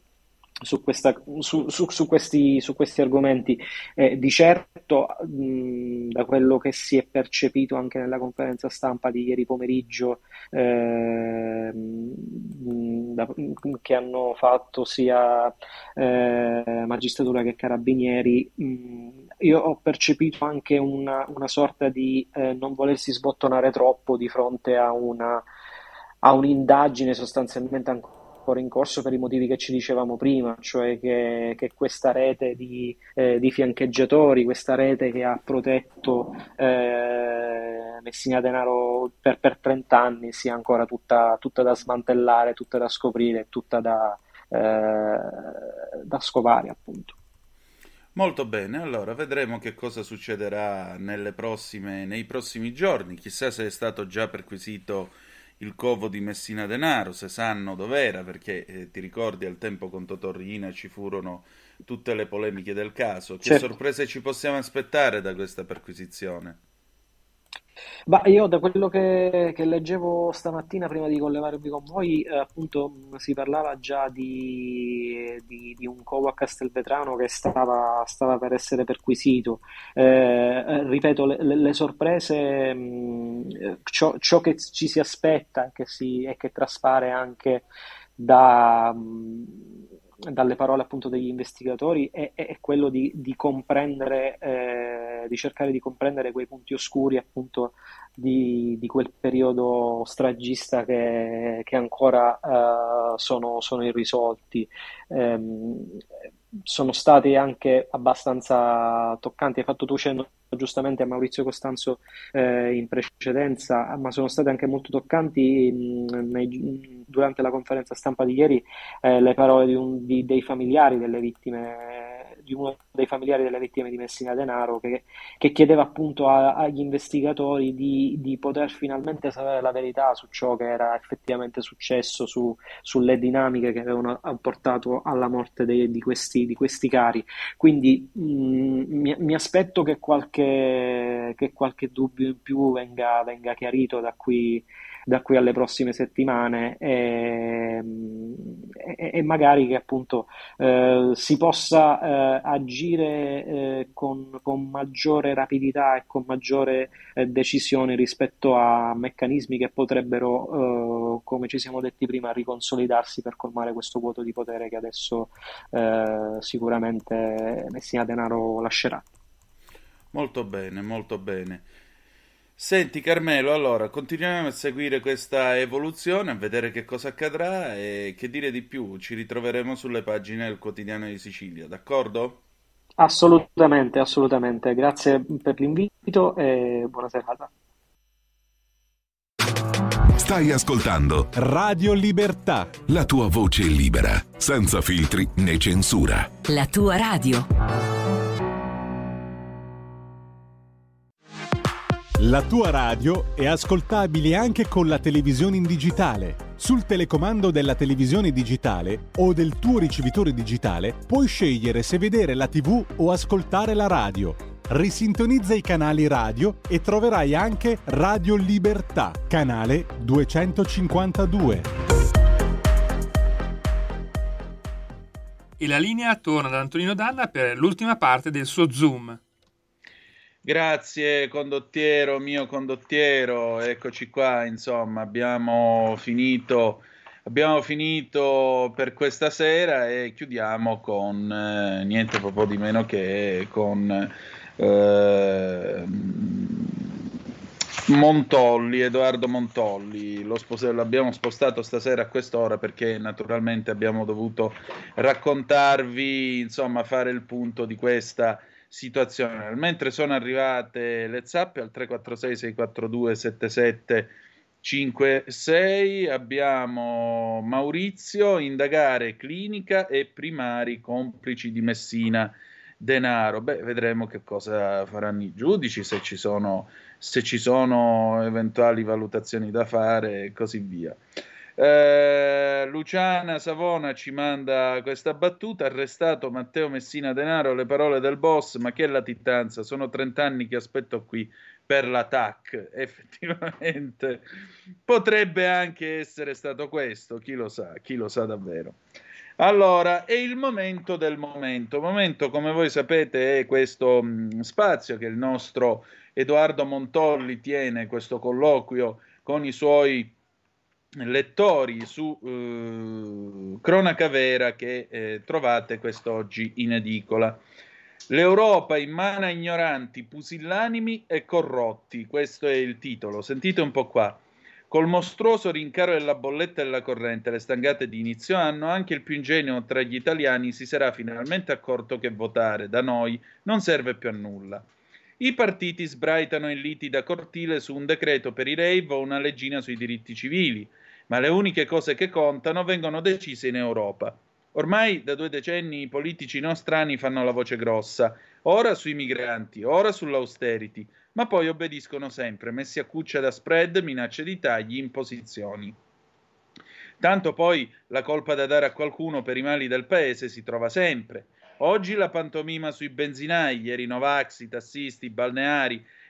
P: questi argomenti. Di certo, da quello che si è percepito anche nella conferenza stampa di ieri pomeriggio, che hanno fatto sia magistratura che carabinieri, io ho percepito anche una sorta di non volersi sbottonare troppo di fronte a un'indagine sostanzialmente ancora in corso per i motivi che ci dicevamo prima, cioè che questa rete di fiancheggiatori, questa rete che ha protetto Messina Denaro per 30 anni sia ancora tutta da smantellare, tutta da scoprire, tutta da scovare, appunto.
E: Molto bene, allora vedremo che cosa succederà nei prossimi giorni. Chissà se è stato già perquisito il covo di Messina Denaro, se sanno dov'era, perché ti ricordi al tempo con Totò Riina ci furono tutte le polemiche del caso. Che
P: Certo.
E: sorprese ci possiamo aspettare da questa perquisizione?
P: Io da quello che leggevo stamattina prima di collegarmi con voi, appunto si parlava già di un covo a Castelvetrano che stava per essere perquisito. Ripeto, le sorprese, ciò che ci si aspetta e che traspare anche dalle parole appunto degli investigatori è quello di comprendere, di cercare di comprendere quei punti oscuri appunto di quel periodo stragista che ancora sono irrisolti. Sono stati anche abbastanza toccanti, hai fatto tu cenno giustamente a Maurizio Costanzo in precedenza, ma sono state anche molto toccanti durante la conferenza stampa di ieri le parole dei familiari delle vittime, di uno dei familiari delle vittime di Messina Denaro che chiedeva appunto agli investigatori di poter finalmente sapere la verità su ciò che era effettivamente successo, sulle dinamiche che avevano portato alla morte di questi cari. Quindi mi aspetto che qualche dubbio in più venga chiarito da qui alle prossime settimane e magari che appunto si possa agire con maggiore rapidità e con maggiore decisione rispetto a meccanismi che potrebbero, come ci siamo detti prima, riconsolidarsi per colmare questo vuoto di potere che adesso sicuramente Messina Denaro lascerà.
E: Molto bene, molto bene. Senti Carmelo, allora continuiamo a seguire questa evoluzione, a vedere che cosa accadrà e che dire di più, ci ritroveremo sulle pagine del Quotidiano di Sicilia, d'accordo?
P: Assolutamente, assolutamente. Grazie per l'invito e buona serata.
J: Stai ascoltando
B: Radio Libertà,
J: la tua voce libera, senza filtri né censura.
Q: La tua radio.
B: La tua radio è ascoltabile anche con la televisione in digitale. Sul telecomando della televisione digitale o del tuo ricevitore digitale puoi scegliere se vedere la TV o ascoltare la radio. Risintonizza i canali radio e troverai anche Radio Libertà, canale 252.
D: E la linea torna da Antonino Danna per l'ultima parte del suo Zoom.
E: Grazie condottiero, mio condottiero, eccoci qua, insomma, abbiamo finito per questa sera e chiudiamo con niente proprio di meno che con Montolli, Edoardo Montolli. L'abbiamo spostato stasera a quest'ora perché naturalmente abbiamo dovuto raccontarvi, insomma, fare il punto di questa situazione. Mentre sono arrivate le zappe al 346 642 7756 abbiamo Maurizio, indagare clinica e primari complici di Messina Denaro. Vedremo che cosa faranno i giudici, se ci sono eventuali valutazioni da fare e così via. Luciana Savona ci manda questa battuta: arrestato Matteo Messina Denaro, le parole del boss, ma che latitanza, sono 30 anni che aspetto qui per la TAC. Effettivamente potrebbe anche essere stato questo, chi lo sa davvero. Allora, è il momento del momento, come voi sapete, è questo spazio che il nostro Edoardo Montolli tiene, questo colloquio con i suoi lettori su Cronaca Vera che trovate quest'oggi in edicola. L'Europa in mano a ignoranti, pusillanimi e corrotti, questo è il titolo, sentite un po' qua. Col mostruoso rincaro della bolletta e della corrente, le stangate di inizio anno, anche il più ingenuo tra gli italiani si sarà finalmente accorto che votare da noi non serve più a nulla. I partiti sbraitano in liti da cortile su un decreto per i rave o una leggina sui diritti civili, ma le uniche cose che contano vengono decise in Europa. Ormai da 2 decenni i politici nostrani fanno la voce grossa, ora sui migranti, ora sull'austerity, ma poi obbediscono sempre, messi a cuccia da spread, minacce di tagli, imposizioni. Tanto poi la colpa da dare a qualcuno per i mali del paese si trova sempre. Oggi la pantomima sui benzinai, ieri Novax, i tassisti, i balneari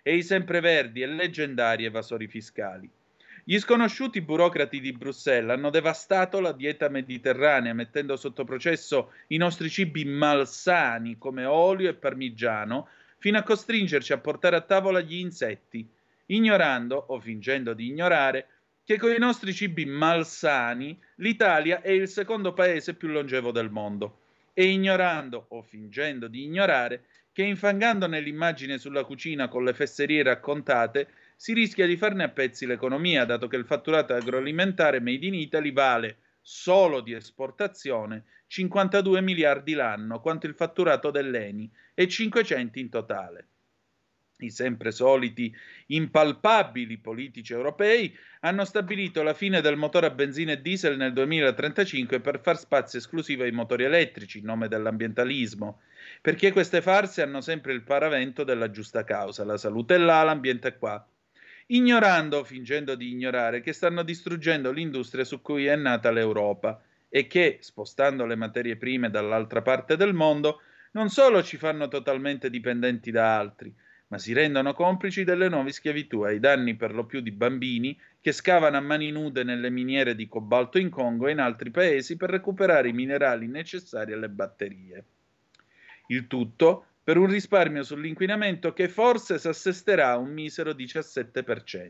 E: e i sempreverdi e leggendari evasori fiscali. Gli sconosciuti burocrati di Bruxelles hanno devastato la dieta mediterranea, mettendo sotto processo i nostri cibi malsani come olio e parmigiano, fino a costringerci a portare a tavola gli insetti, ignorando o fingendo di ignorare che con i nostri cibi malsani l'Italia è il secondo paese più longevo del mondo, e ignorando o fingendo di ignorare che infangando nell'immagine sulla cucina con le fesserie raccontate si rischia di farne a pezzi l'economia, dato che il fatturato agroalimentare made in Italy vale solo di esportazione 52 miliardi l'anno, quanto il fatturato dell'ENI, e 500 in totale. I sempre soliti impalpabili politici europei hanno stabilito la fine del motore a benzina e diesel nel 2035 per far spazio esclusivo ai motori elettrici, in nome dell'ambientalismo, perché queste farse hanno sempre il paravento della giusta causa, la salute è là, l'ambiente è qua, ignorando o fingendo di ignorare che stanno distruggendo l'industria su cui è nata l'Europa e che, spostando le materie prime dall'altra parte del mondo, non solo ci fanno totalmente dipendenti da altri, ma si rendono complici delle nuove schiavitù ai danni per lo più di bambini che scavano a mani nude nelle miniere di cobalto in Congo e in altri paesi per recuperare i minerali necessari alle batterie. Il tutto per un risparmio sull'inquinamento che forse si assesterà a un misero 17%.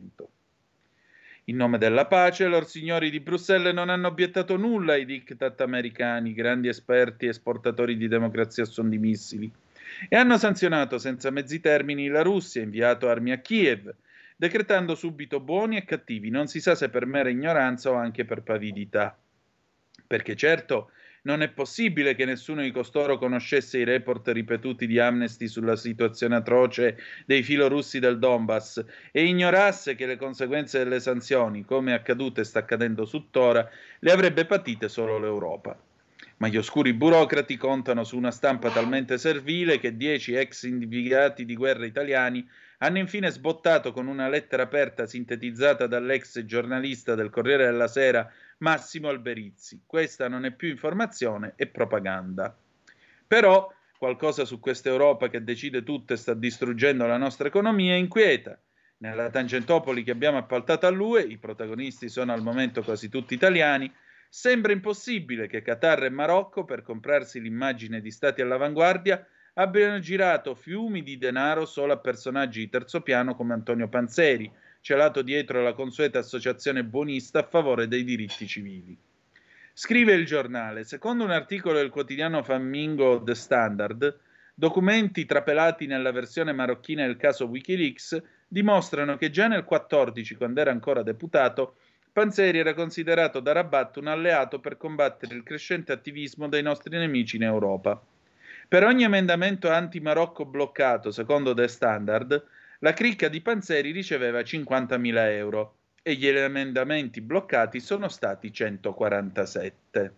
E: In nome della pace, lor signori di Bruxelles non hanno obiettato nulla ai diktat americani, grandi esperti e esportatori di democrazia a suon di missili, e hanno sanzionato senza mezzi termini la Russia, inviato armi a Kiev, decretando subito buoni e cattivi, non si sa se per mera ignoranza o anche per pavidità. Perché certo non è possibile che nessuno di costoro conoscesse i report ripetuti di Amnesty sulla situazione atroce dei filorussi del Donbass e ignorasse che le conseguenze delle sanzioni, come è accaduto e sta accadendo tuttora, le avrebbe patite solo l'Europa. Ma gli oscuri burocrati contano su una stampa talmente servile che 10 ex inviati di guerra italiani hanno infine sbottato con una lettera aperta sintetizzata dall'ex giornalista del Corriere della Sera Massimo Alberizzi. Questa non è più informazione, è propaganda. Però qualcosa su questa Europa che decide tutto e sta distruggendo la nostra economia inquieta. Nella Tangentopoli che abbiamo appaltato all'UE, i protagonisti sono al momento quasi tutti italiani, sembra impossibile che Qatar e Marocco, per comprarsi l'immagine di stati all'avanguardia, abbiano girato fiumi di denaro solo a personaggi di terzo piano come Antonio Panzeri, celato dietro la consueta associazione buonista a favore dei diritti civili. Scrive il giornale, secondo un articolo del quotidiano fammingo The Standard, documenti trapelati nella versione marocchina del caso Wikileaks dimostrano che già nel 2014, quando era ancora deputato, Panzeri era considerato da Rabat un alleato per combattere il crescente attivismo dei nostri nemici in Europa. Per ogni emendamento anti-Marocco bloccato, secondo The Standard, la cricca di Panzeri riceveva 50.000 euro e gli emendamenti bloccati sono stati 147.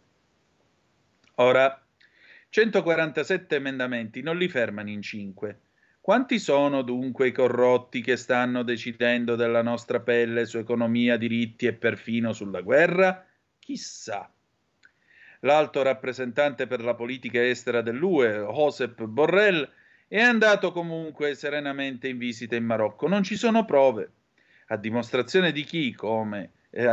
E: Ora, 147 emendamenti non li fermano in 5. Quanti sono dunque i corrotti che stanno decidendo della nostra pelle su economia, diritti e perfino sulla guerra? Chissà. L'alto rappresentante per la politica estera dell'UE, Josep Borrell, è andato comunque serenamente in visita in Marocco. Non ci sono prove. A dimostrazione di come,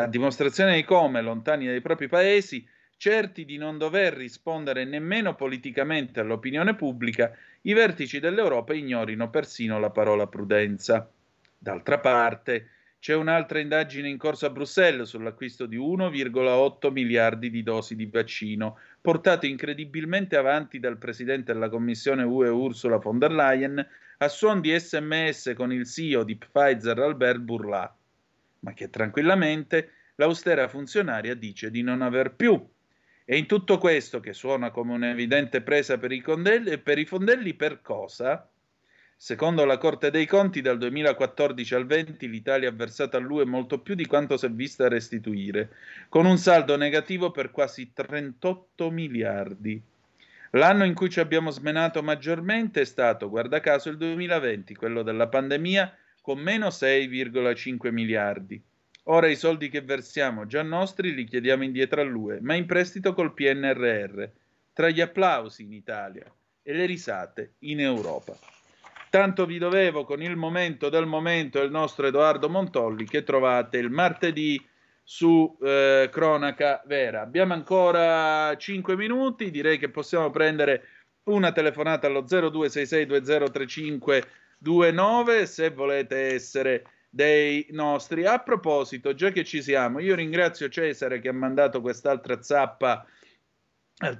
E: lontani dai propri paesi, certi di non dover rispondere nemmeno politicamente all'opinione pubblica, i vertici dell'Europa ignorino persino la parola prudenza. D'altra parte, c'è un'altra indagine in corso a Bruxelles sull'acquisto di 1,8 miliardi di dosi di vaccino, portato incredibilmente avanti dal presidente della Commissione UE Ursula von der Leyen a suon di SMS con il CEO di Pfizer Albert Bourla, ma che tranquillamente l'austera funzionaria dice di non aver più. E in tutto questo, che suona come un'evidente presa per i fondelli, per cosa? Secondo la Corte dei Conti, dal 2014 al 20 l'Italia ha versato all'UE molto più di quanto si è vista restituire, con un saldo negativo per quasi 38 miliardi. L'anno in cui ci abbiamo smenato maggiormente è stato, guarda caso, il 2020, quello della pandemia, con meno 6,5 miliardi. Ora i soldi che versiamo già nostri li chiediamo indietro all'UE, ma in prestito col PNRR, tra gli applausi in Italia e le risate in Europa. Tanto vi dovevo con il momento del momento il nostro Edoardo Montolli, che trovate il martedì su Cronaca Vera. Abbiamo ancora 5 minuti, direi che possiamo prendere una telefonata allo 0266203529 se volete essere dei nostri. A proposito, già che ci siamo, io ringrazio Cesare che ha mandato quest'altra zappa al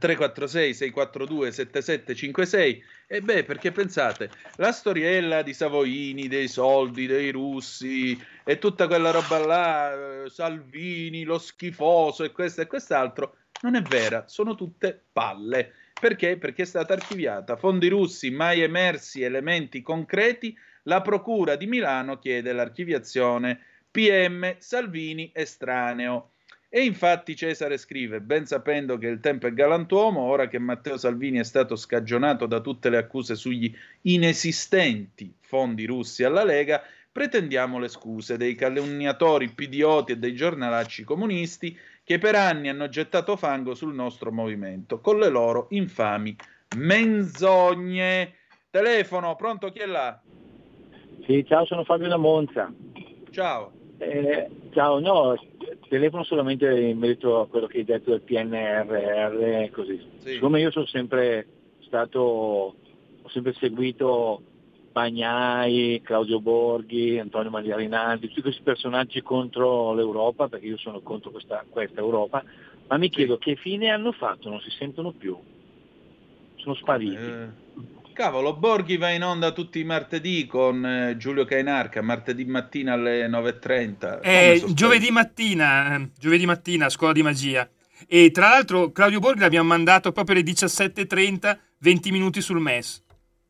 E: 346-642-7756 e perché pensate, la storiella di Savoini, dei soldi, dei russi e tutta quella roba là, Salvini, lo schifoso e questo e quest'altro, non è vera, sono tutte palle. Perché? Perché è stata archiviata. Fondi russi, mai emersi elementi concreti, la Procura di Milano chiede l'archiviazione, PM Salvini estraneo. E infatti Cesare scrive, ben sapendo che il tempo è galantuomo, ora che Matteo Salvini è stato scagionato da tutte le accuse sugli inesistenti fondi russi alla Lega, pretendiamo le scuse dei calunniatori pidioti e dei giornalacci comunisti che per anni hanno gettato fango sul nostro movimento con le loro infami menzogne. Telefono, pronto, chi è là?
Q: Sì, ciao, sono Fabio da Monza.
E: Ciao.
Q: Ciao, no, telefono solamente in merito a quello che hai detto del PNRR, così.
E: Sì.
Q: Siccome io sono sempre ho sempre seguito Bagnai, Claudio Borghi, Antonio Maria Rinaldi, tutti questi personaggi contro l'Europa, perché io sono contro questa Europa, ma mi chiedo che fine hanno fatto, non si sentono più, sono spariti.
E: Cavolo, Borghi va in onda tutti i martedì con Giulio Cainarca, martedì mattina alle 9:30.
D: Giovedì mattina, Scuola di Magia. E tra l'altro Claudio Borghi l'abbiamo mandato proprio alle 17:30, 20 minuti sul MES.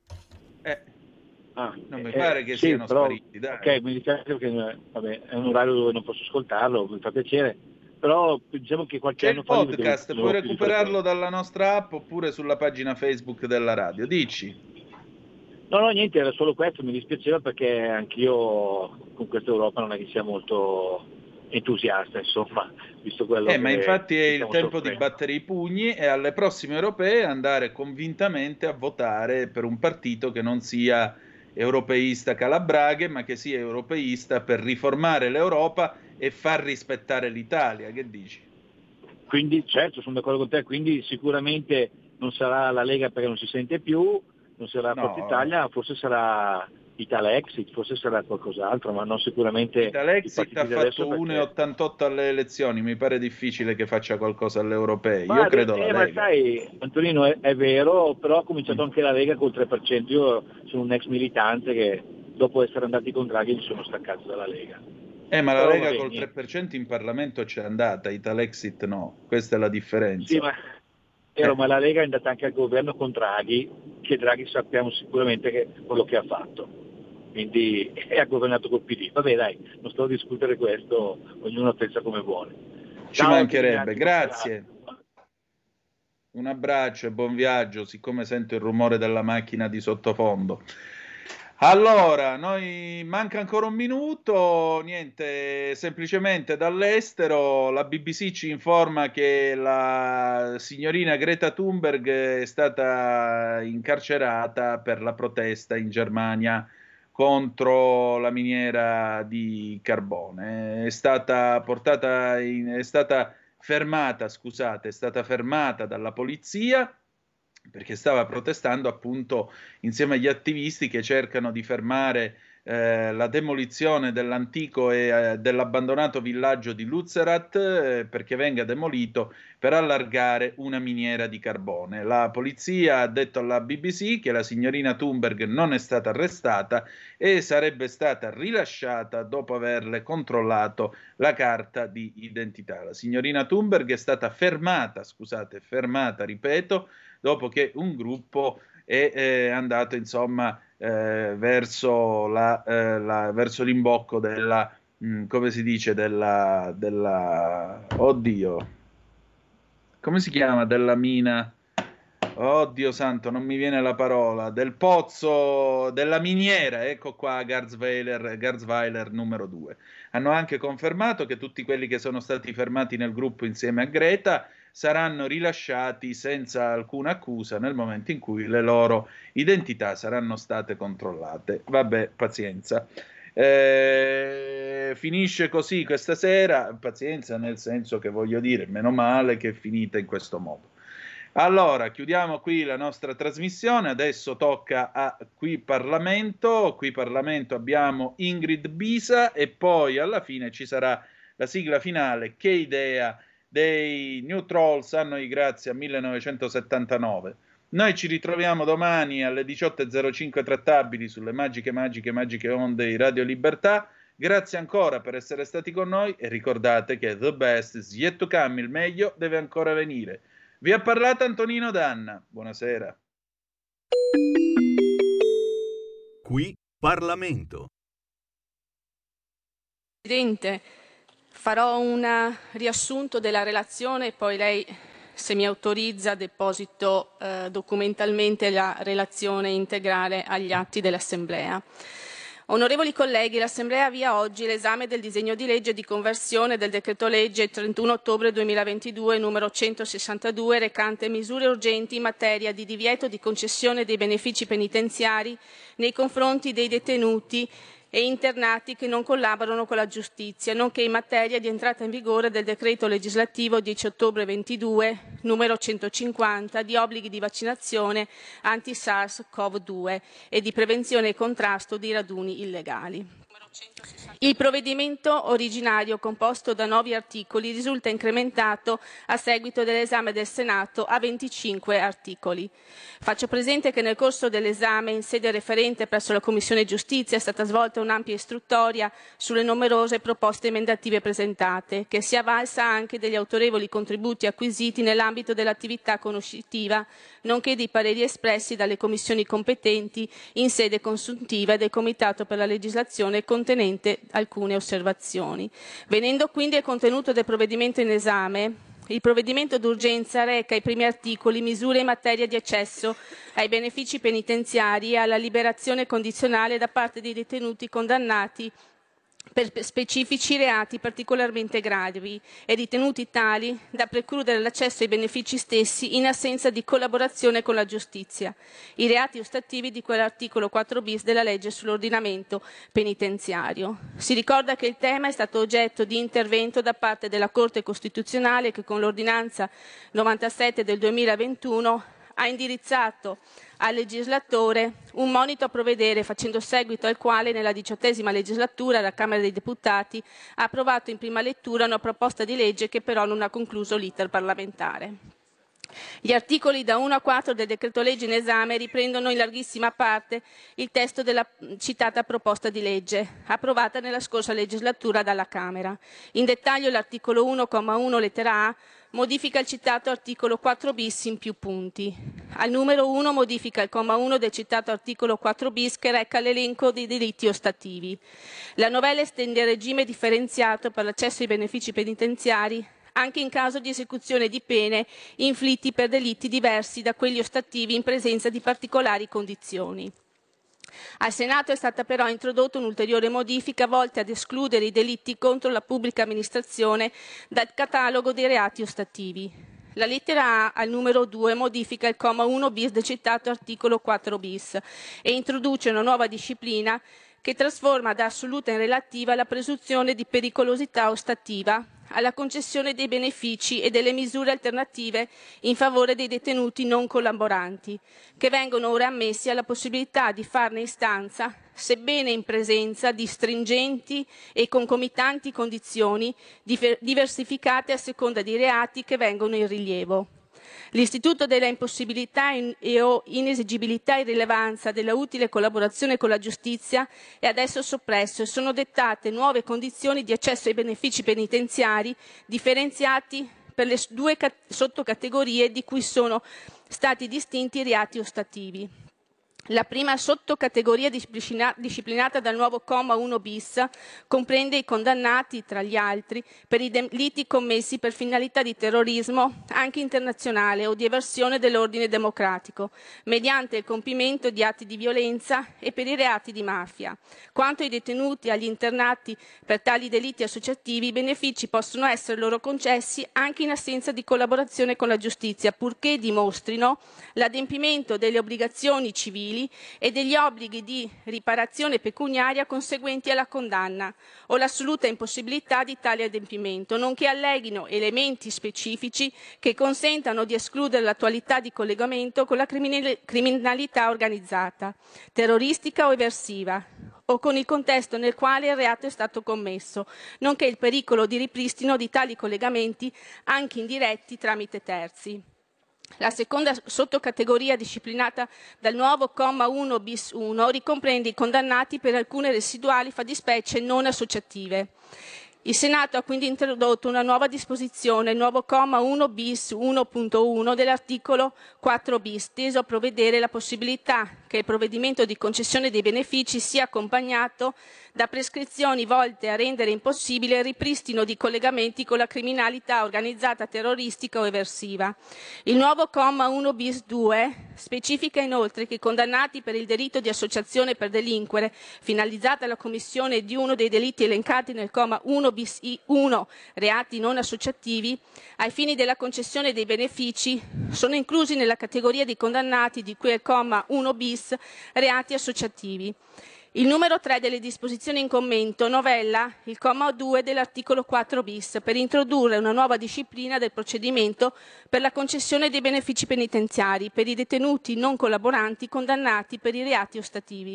E: Non mi pare che siano spariti, dai.
Q: Ok, mi dispiace perché vabbè, è un orario dove non posso ascoltarlo, mi fa piacere. Però diciamo che qualche anno fa...
E: C'è il podcast, puoi recuperarlo dalla nostra app oppure sulla pagina Facebook della radio, dici?
Q: No, niente, era solo questo, mi dispiaceva perché anch'io con questa Europa non è che sia molto entusiasta, insomma, visto quello
E: ma infatti è il tempo
Q: soffrendo.
E: di battere i pugni e alle prossime europee andare convintamente a votare per un partito che non sia europeista calabraghe, ma che sia europeista per riformare l'Europa e far rispettare l'Italia. Che dici?
Q: Quindi certo, sono d'accordo con te, quindi sicuramente non sarà la Lega perché non si sente più, non sarà Forza Italia, forse sarà Italexit, forse sarà qualcos'altro, ma non sicuramente
E: Italexit ha fatto 1,88 alle elezioni, mi pare difficile che faccia qualcosa alle europee. Io credo alla Lega.
Q: Ma sai, Antonino, è vero, però ha cominciato anche la Lega col 3%. Io sono un ex militante che dopo essere andati con Draghi mi sono staccato dalla Lega.
E: Ma la Lega col 3% in Parlamento c'è andata, Italexit no, questa è la differenza.
Q: Sì, ma la Lega è andata anche al governo con Draghi, che Draghi sappiamo sicuramente che quello che ha fatto, quindi ha governato col PD. Vabbè dai, non sto a discutere questo, ognuno pensa come vuole.
E: Ci mancherebbe, grazie. Un abbraccio e buon viaggio, siccome sento il rumore della macchina di sottofondo. Allora, noi manca ancora un minuto, niente, semplicemente dall'estero la BBC ci informa che la signorina Greta Thunberg è stata incarcerata per la protesta in Germania contro la miniera di carbone. È stata fermata dalla polizia perché stava protestando appunto insieme agli attivisti che cercano di fermare la demolizione dell'antico e dell'abbandonato villaggio di Lützerath perché venga demolito per allargare una miniera di carbone. La polizia ha detto alla BBC che la signorina Thunberg non è stata arrestata e sarebbe stata rilasciata dopo averle controllato la carta di identità. La signorina Thunberg è stata fermata, ripeto, dopo che un gruppo è andato insomma verso l'imbocco della come si dice della oddio, come si chiama, della mina, oddio santo, non mi viene la parola, del pozzo, della miniera, ecco qua, Garzweiler numero 2. Hanno anche confermato che tutti quelli che sono stati fermati nel gruppo insieme a Greta saranno rilasciati senza alcuna accusa nel momento in cui le loro identità saranno state controllate. Vabbè, pazienza. Finisce così questa sera, pazienza nel senso che voglio dire, meno male che è finita in questo modo. Allora, chiudiamo qui la nostra trasmissione, adesso tocca a Qui Parlamento abbiamo Ingrid Bisa e poi alla fine ci sarà la sigla finale, Che idea, dei New Trolls, a noi grazie a 1979. Noi ci ritroviamo domani alle 18.05 trattabili sulle magiche onde di Radio Libertà. Grazie ancora per essere stati con noi e ricordate che the best is yet to come, il meglio deve ancora venire. Vi ha parlato Antonino Danna. Buonasera.
A: Qui Parlamento.
R: Presidente, farò un riassunto della relazione e poi lei, se mi autorizza, deposito documentalmente la relazione integrale agli atti dell'Assemblea. Onorevoli colleghi, l'Assemblea avvia oggi l'esame del disegno di legge di conversione del decreto-legge 31 ottobre 2022 numero 162 recante misure urgenti in materia di divieto di concessione dei benefici penitenziari nei confronti dei detenuti e internati che non collaborano con la giustizia, nonché in materia di entrata in vigore del decreto legislativo 10 ottobre 22, numero 150, di obblighi di vaccinazione anti-SARS-CoV-2 e di prevenzione e contrasto di raduni illegali. Il provvedimento originario, composto da 9 articoli, risulta incrementato a seguito dell'esame del Senato a 25 articoli. Faccio presente che nel corso dell'esame in sede referente presso la Commissione Giustizia è stata svolta un'ampia istruttoria sulle numerose proposte emendative presentate, che si è avvalsa anche degli autorevoli contributi acquisiti nell'ambito dell'attività conoscitiva, nonché dei pareri espressi dalle commissioni competenti in sede consultiva e del Comitato per la legislazione contenente alcune osservazioni. Venendo quindi al contenuto del provvedimento in esame, il provvedimento d'urgenza reca i primi articoli misure in materia di accesso ai benefici penitenziari e alla liberazione condizionale da parte dei detenuti condannati per specifici reati particolarmente gravi e ritenuti tali da precludere l'accesso ai benefici stessi in assenza di collaborazione con la giustizia, i reati ostativi di quell'articolo 4 bis della legge sull'ordinamento penitenziario. Si ricorda che il tema è stato oggetto di intervento da parte della Corte Costituzionale che con l'ordinanza 97 del 2021 ha indirizzato al legislatore un monito a provvedere, facendo seguito al quale nella 18ª legislatura la Camera dei Deputati ha approvato in prima lettura una proposta di legge che però non ha concluso l'iter parlamentare. Gli articoli da 1 a 4 del decreto-legge in esame riprendono in larghissima parte il testo della citata proposta di legge, approvata nella scorsa legislatura dalla Camera. In dettaglio l'articolo 1,1 lettera A modifica il citato articolo 4 bis in più punti. Al numero 1 modifica il comma 1 del citato articolo 4 bis che reca l'elenco dei delitti ostativi. La novella estende il regime differenziato per l'accesso ai benefici penitenziari anche in caso di esecuzione di pene inflitti per delitti diversi da quelli ostativi in presenza di particolari condizioni. Al Senato è stata però introdotta un'ulteriore modifica volta ad escludere i delitti contro la pubblica amministrazione dal catalogo dei reati ostativi. La lettera A al numero 2 modifica il comma 1 bis del citato articolo 4 bis e introduce una nuova disciplina che trasforma da assoluta in relativa la presunzione di pericolosità ostativa alla concessione dei benefici e delle misure alternative in favore dei detenuti non collaboranti, che vengono ora ammessi alla possibilità di farne istanza, sebbene in presenza di stringenti e concomitanti condizioni diversificate a seconda dei reati che vengono in rilievo. L'istituto della impossibilità o inesigibilità e irrilevanza della utile collaborazione con la giustizia è adesso soppresso e sono dettate nuove condizioni di accesso ai benefici penitenziari differenziati per le due sottocategorie di cui sono stati distinti i reati ostativi. La prima sottocategoria disciplinata dal nuovo comma 1 bis comprende i condannati, tra gli altri, per i delitti commessi per finalità di terrorismo anche internazionale o di eversione dell'ordine democratico, mediante il compimento di atti di violenza e per i reati di mafia. Quanto ai detenuti e agli internati per tali delitti associativi, i benefici possono essere loro concessi anche in assenza di collaborazione con la giustizia, purché dimostrino l'adempimento delle obbligazioni civili e degli obblighi di riparazione pecuniaria conseguenti alla condanna o l'assoluta impossibilità di tale adempimento, nonché alleghino elementi specifici che consentano di escludere l'attualità di collegamento con la criminalità organizzata, terroristica o eversiva, o con il contesto nel quale il reato è stato commesso, nonché il pericolo di ripristino di tali collegamenti anche indiretti tramite terzi. La seconda sottocategoria disciplinata dal nuovo comma 1 bis 1 ricomprende i condannati per alcune residuali fattispecie non associative. Il Senato ha quindi introdotto una nuova disposizione, il nuovo comma 1 bis 1.1 dell'articolo 4 bis, teso a provvedere la possibilità che il provvedimento di concessione dei benefici sia accompagnato da prescrizioni volte a rendere impossibile il ripristino di collegamenti con la criminalità organizzata terroristica o eversiva. Il nuovo comma 1 bis 2 specifica inoltre che i condannati per il delitto di associazione per delinquere finalizzata alla commissione di uno dei delitti elencati nel comma 1 bis 1, reati non associativi, ai fini della concessione dei benefici, sono inclusi nella categoria di condannati di cui al comma 1 bis, reati associativi. Il numero 3 delle disposizioni in commento novella il comma 2 dell'articolo 4 bis per introdurre una nuova disciplina del procedimento per la concessione dei benefici penitenziari per i detenuti non collaboranti condannati per i reati ostativi.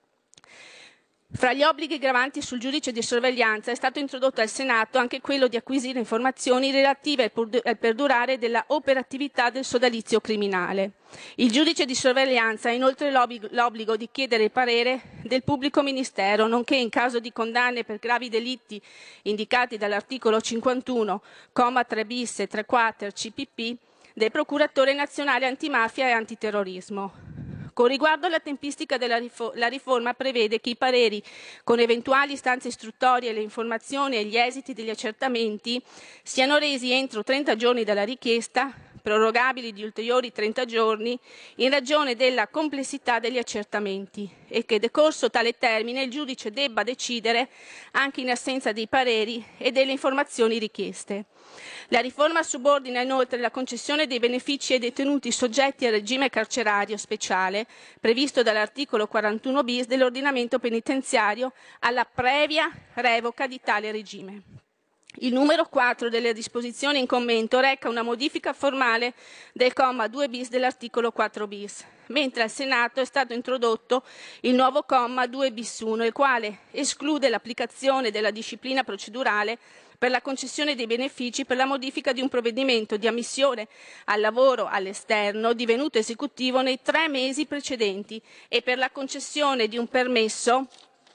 R: Fra gli obblighi gravanti sul giudice di sorveglianza è stato introdotto al Senato anche quello di acquisire informazioni relative al perdurare della operatività del sodalizio criminale. Il giudice di sorveglianza ha inoltre l'obbligo di chiedere il parere del pubblico ministero, nonché in caso di condanne per gravi delitti indicati dall'articolo 51, comma 3 bis e 3 quater CPP, del procuratore nazionale antimafia e antiterrorismo. Con riguardo alla tempistica la riforma prevede che i pareri con eventuali istanze istruttorie, le informazioni e gli esiti degli accertamenti siano resi entro 30 giorni dalla richiesta, prorogabili di ulteriori 30 giorni in ragione della complessità degli accertamenti e che decorso tale termine il giudice debba decidere anche in assenza dei pareri e delle informazioni richieste. La riforma subordina inoltre la concessione dei benefici ai detenuti soggetti al regime carcerario speciale previsto dall'articolo 41 bis dell'ordinamento penitenziario alla previa revoca di tale regime. Il numero 4 delle disposizioni in commento reca una modifica formale del comma 2 bis dell'articolo 4 bis, mentre al Senato è stato introdotto il nuovo comma 2 bis 1, il quale esclude l'applicazione della disciplina procedurale per la concessione dei benefici per la modifica di un provvedimento di ammissione al lavoro all'esterno divenuto esecutivo nei 3 mesi precedenti e per la concessione di un permesso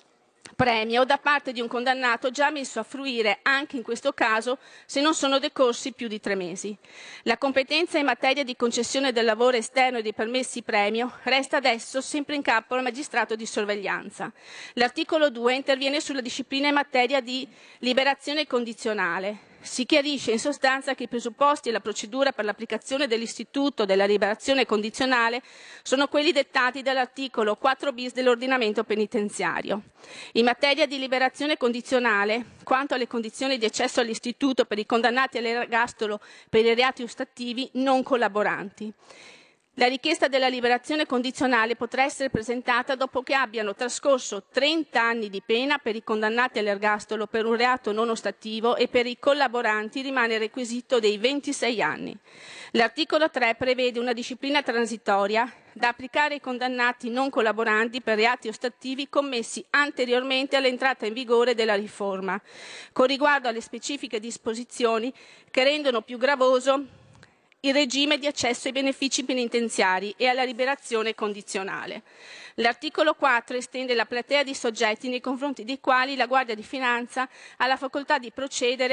R: premio da parte di un condannato già messo a fruire anche in questo caso se non sono decorsi più di 3 mesi. La competenza in materia di concessione del lavoro esterno e dei permessi premio resta adesso sempre in capo al magistrato di sorveglianza. L'articolo 2 interviene sulla disciplina in materia di liberazione condizionale. Si chiarisce in sostanza che i presupposti e la procedura per l'applicazione dell'istituto della liberazione condizionale sono quelli dettati dall'articolo 4 bis dell'ordinamento penitenziario. In materia di liberazione condizionale, quanto alle condizioni di accesso all'istituto per i condannati all'ergastolo per i reati ostativi non collaboranti. La richiesta della liberazione condizionale potrà essere presentata dopo che abbiano trascorso 30 anni di pena per i condannati all'ergastolo per un reato non ostativo e per i collaboranti rimane il requisito dei 26 anni. L'articolo 3 prevede una disciplina transitoria da applicare ai condannati non collaboranti per reati ostativi commessi anteriormente all'entrata in vigore della riforma, con riguardo alle specifiche disposizioni che rendono più gravoso il regime di accesso ai benefici penitenziari e alla liberazione condizionale. L'articolo 4 estende la platea di soggetti nei confronti dei quali la Guardia di Finanza ha la facoltà di procedere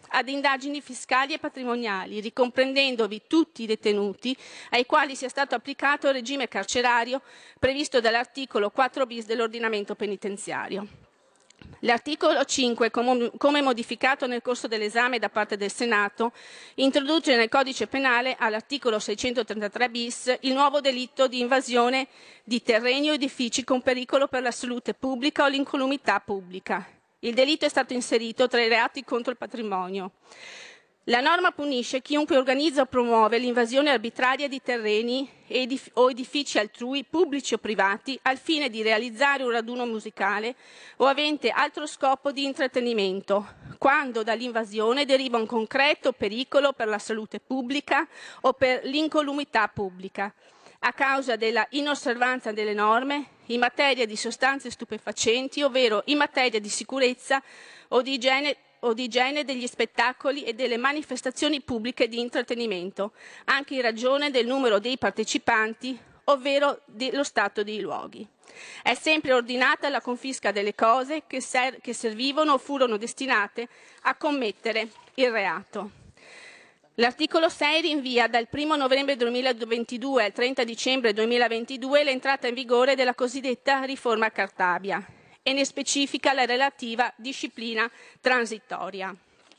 R: ad indagini fiscali e patrimoniali, ricomprendendovi tutti i detenuti ai quali sia stato applicato il regime carcerario previsto dall'articolo 4 bis dell'ordinamento penitenziario. L'articolo 5, come modificato nel corso dell'esame da parte del Senato, introduce nel codice penale all'articolo 633 bis il nuovo delitto di invasione di terreni o edifici con pericolo per la salute pubblica o l'incolumità pubblica. Il delitto è stato inserito tra i reati contro il patrimonio. La norma punisce chiunque organizza o promuove l'invasione arbitraria di terreni o edifici altrui, pubblici o privati, al fine di realizzare un raduno musicale o avente altro scopo di intrattenimento, quando dall'invasione deriva un concreto pericolo per la salute pubblica o per l'incolumità pubblica, a causa della inosservanza delle norme in materia di sostanze stupefacenti, ovvero in materia di sicurezza o di igiene degli spettacoli e delle manifestazioni pubbliche di intrattenimento, anche in ragione del numero dei partecipanti, ovvero dello stato dei luoghi. È sempre ordinata la confisca delle cose che servivano o furono destinate a commettere il reato. L'articolo 6 rinvia dal 1 novembre 2022 al 30 dicembre 2022 l'entrata in vigore della cosiddetta riforma Cartabia e ne specifica la relativa disciplina transitoria.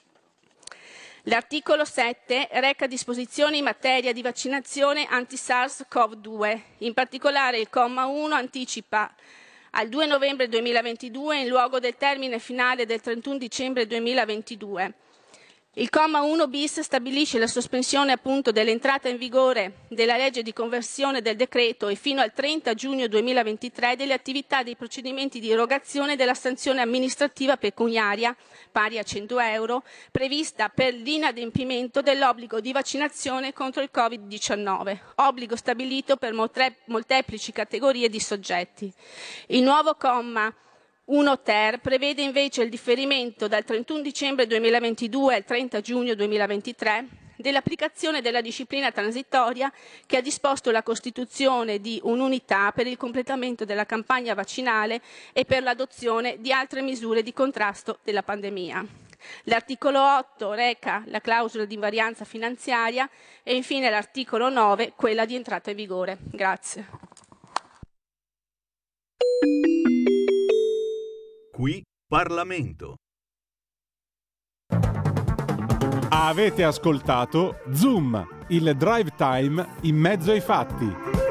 R: L'articolo 7 reca disposizioni in materia di vaccinazione anti-SARS-CoV-2. In particolare il comma 1 anticipa al 2 novembre 2022 in luogo del termine finale del 31 dicembre 2022. Il comma 1 bis stabilisce la sospensione appunto dell'entrata in vigore della legge di conversione del decreto e fino al 30 giugno 2023 delle attività dei procedimenti di erogazione della sanzione amministrativa pecuniaria pari a 100 euro prevista per l'inadempimento dell'obbligo di vaccinazione contro il Covid-19, obbligo stabilito per molteplici categorie di soggetti. Il nuovo comma 1 ter prevede invece il differimento dal 31 dicembre 2022 al 30 giugno 2023 dell'applicazione della disciplina transitoria che ha disposto la costituzione di un'unità per il completamento della campagna vaccinale e per l'adozione di altre misure di contrasto della pandemia. L'articolo 8 reca la clausola di invarianza finanziaria e infine l'articolo 9 quella di entrata in vigore. Grazie.
A: Qui Parlamento.
B: Avete ascoltato Zoom, il drive time in mezzo ai fatti.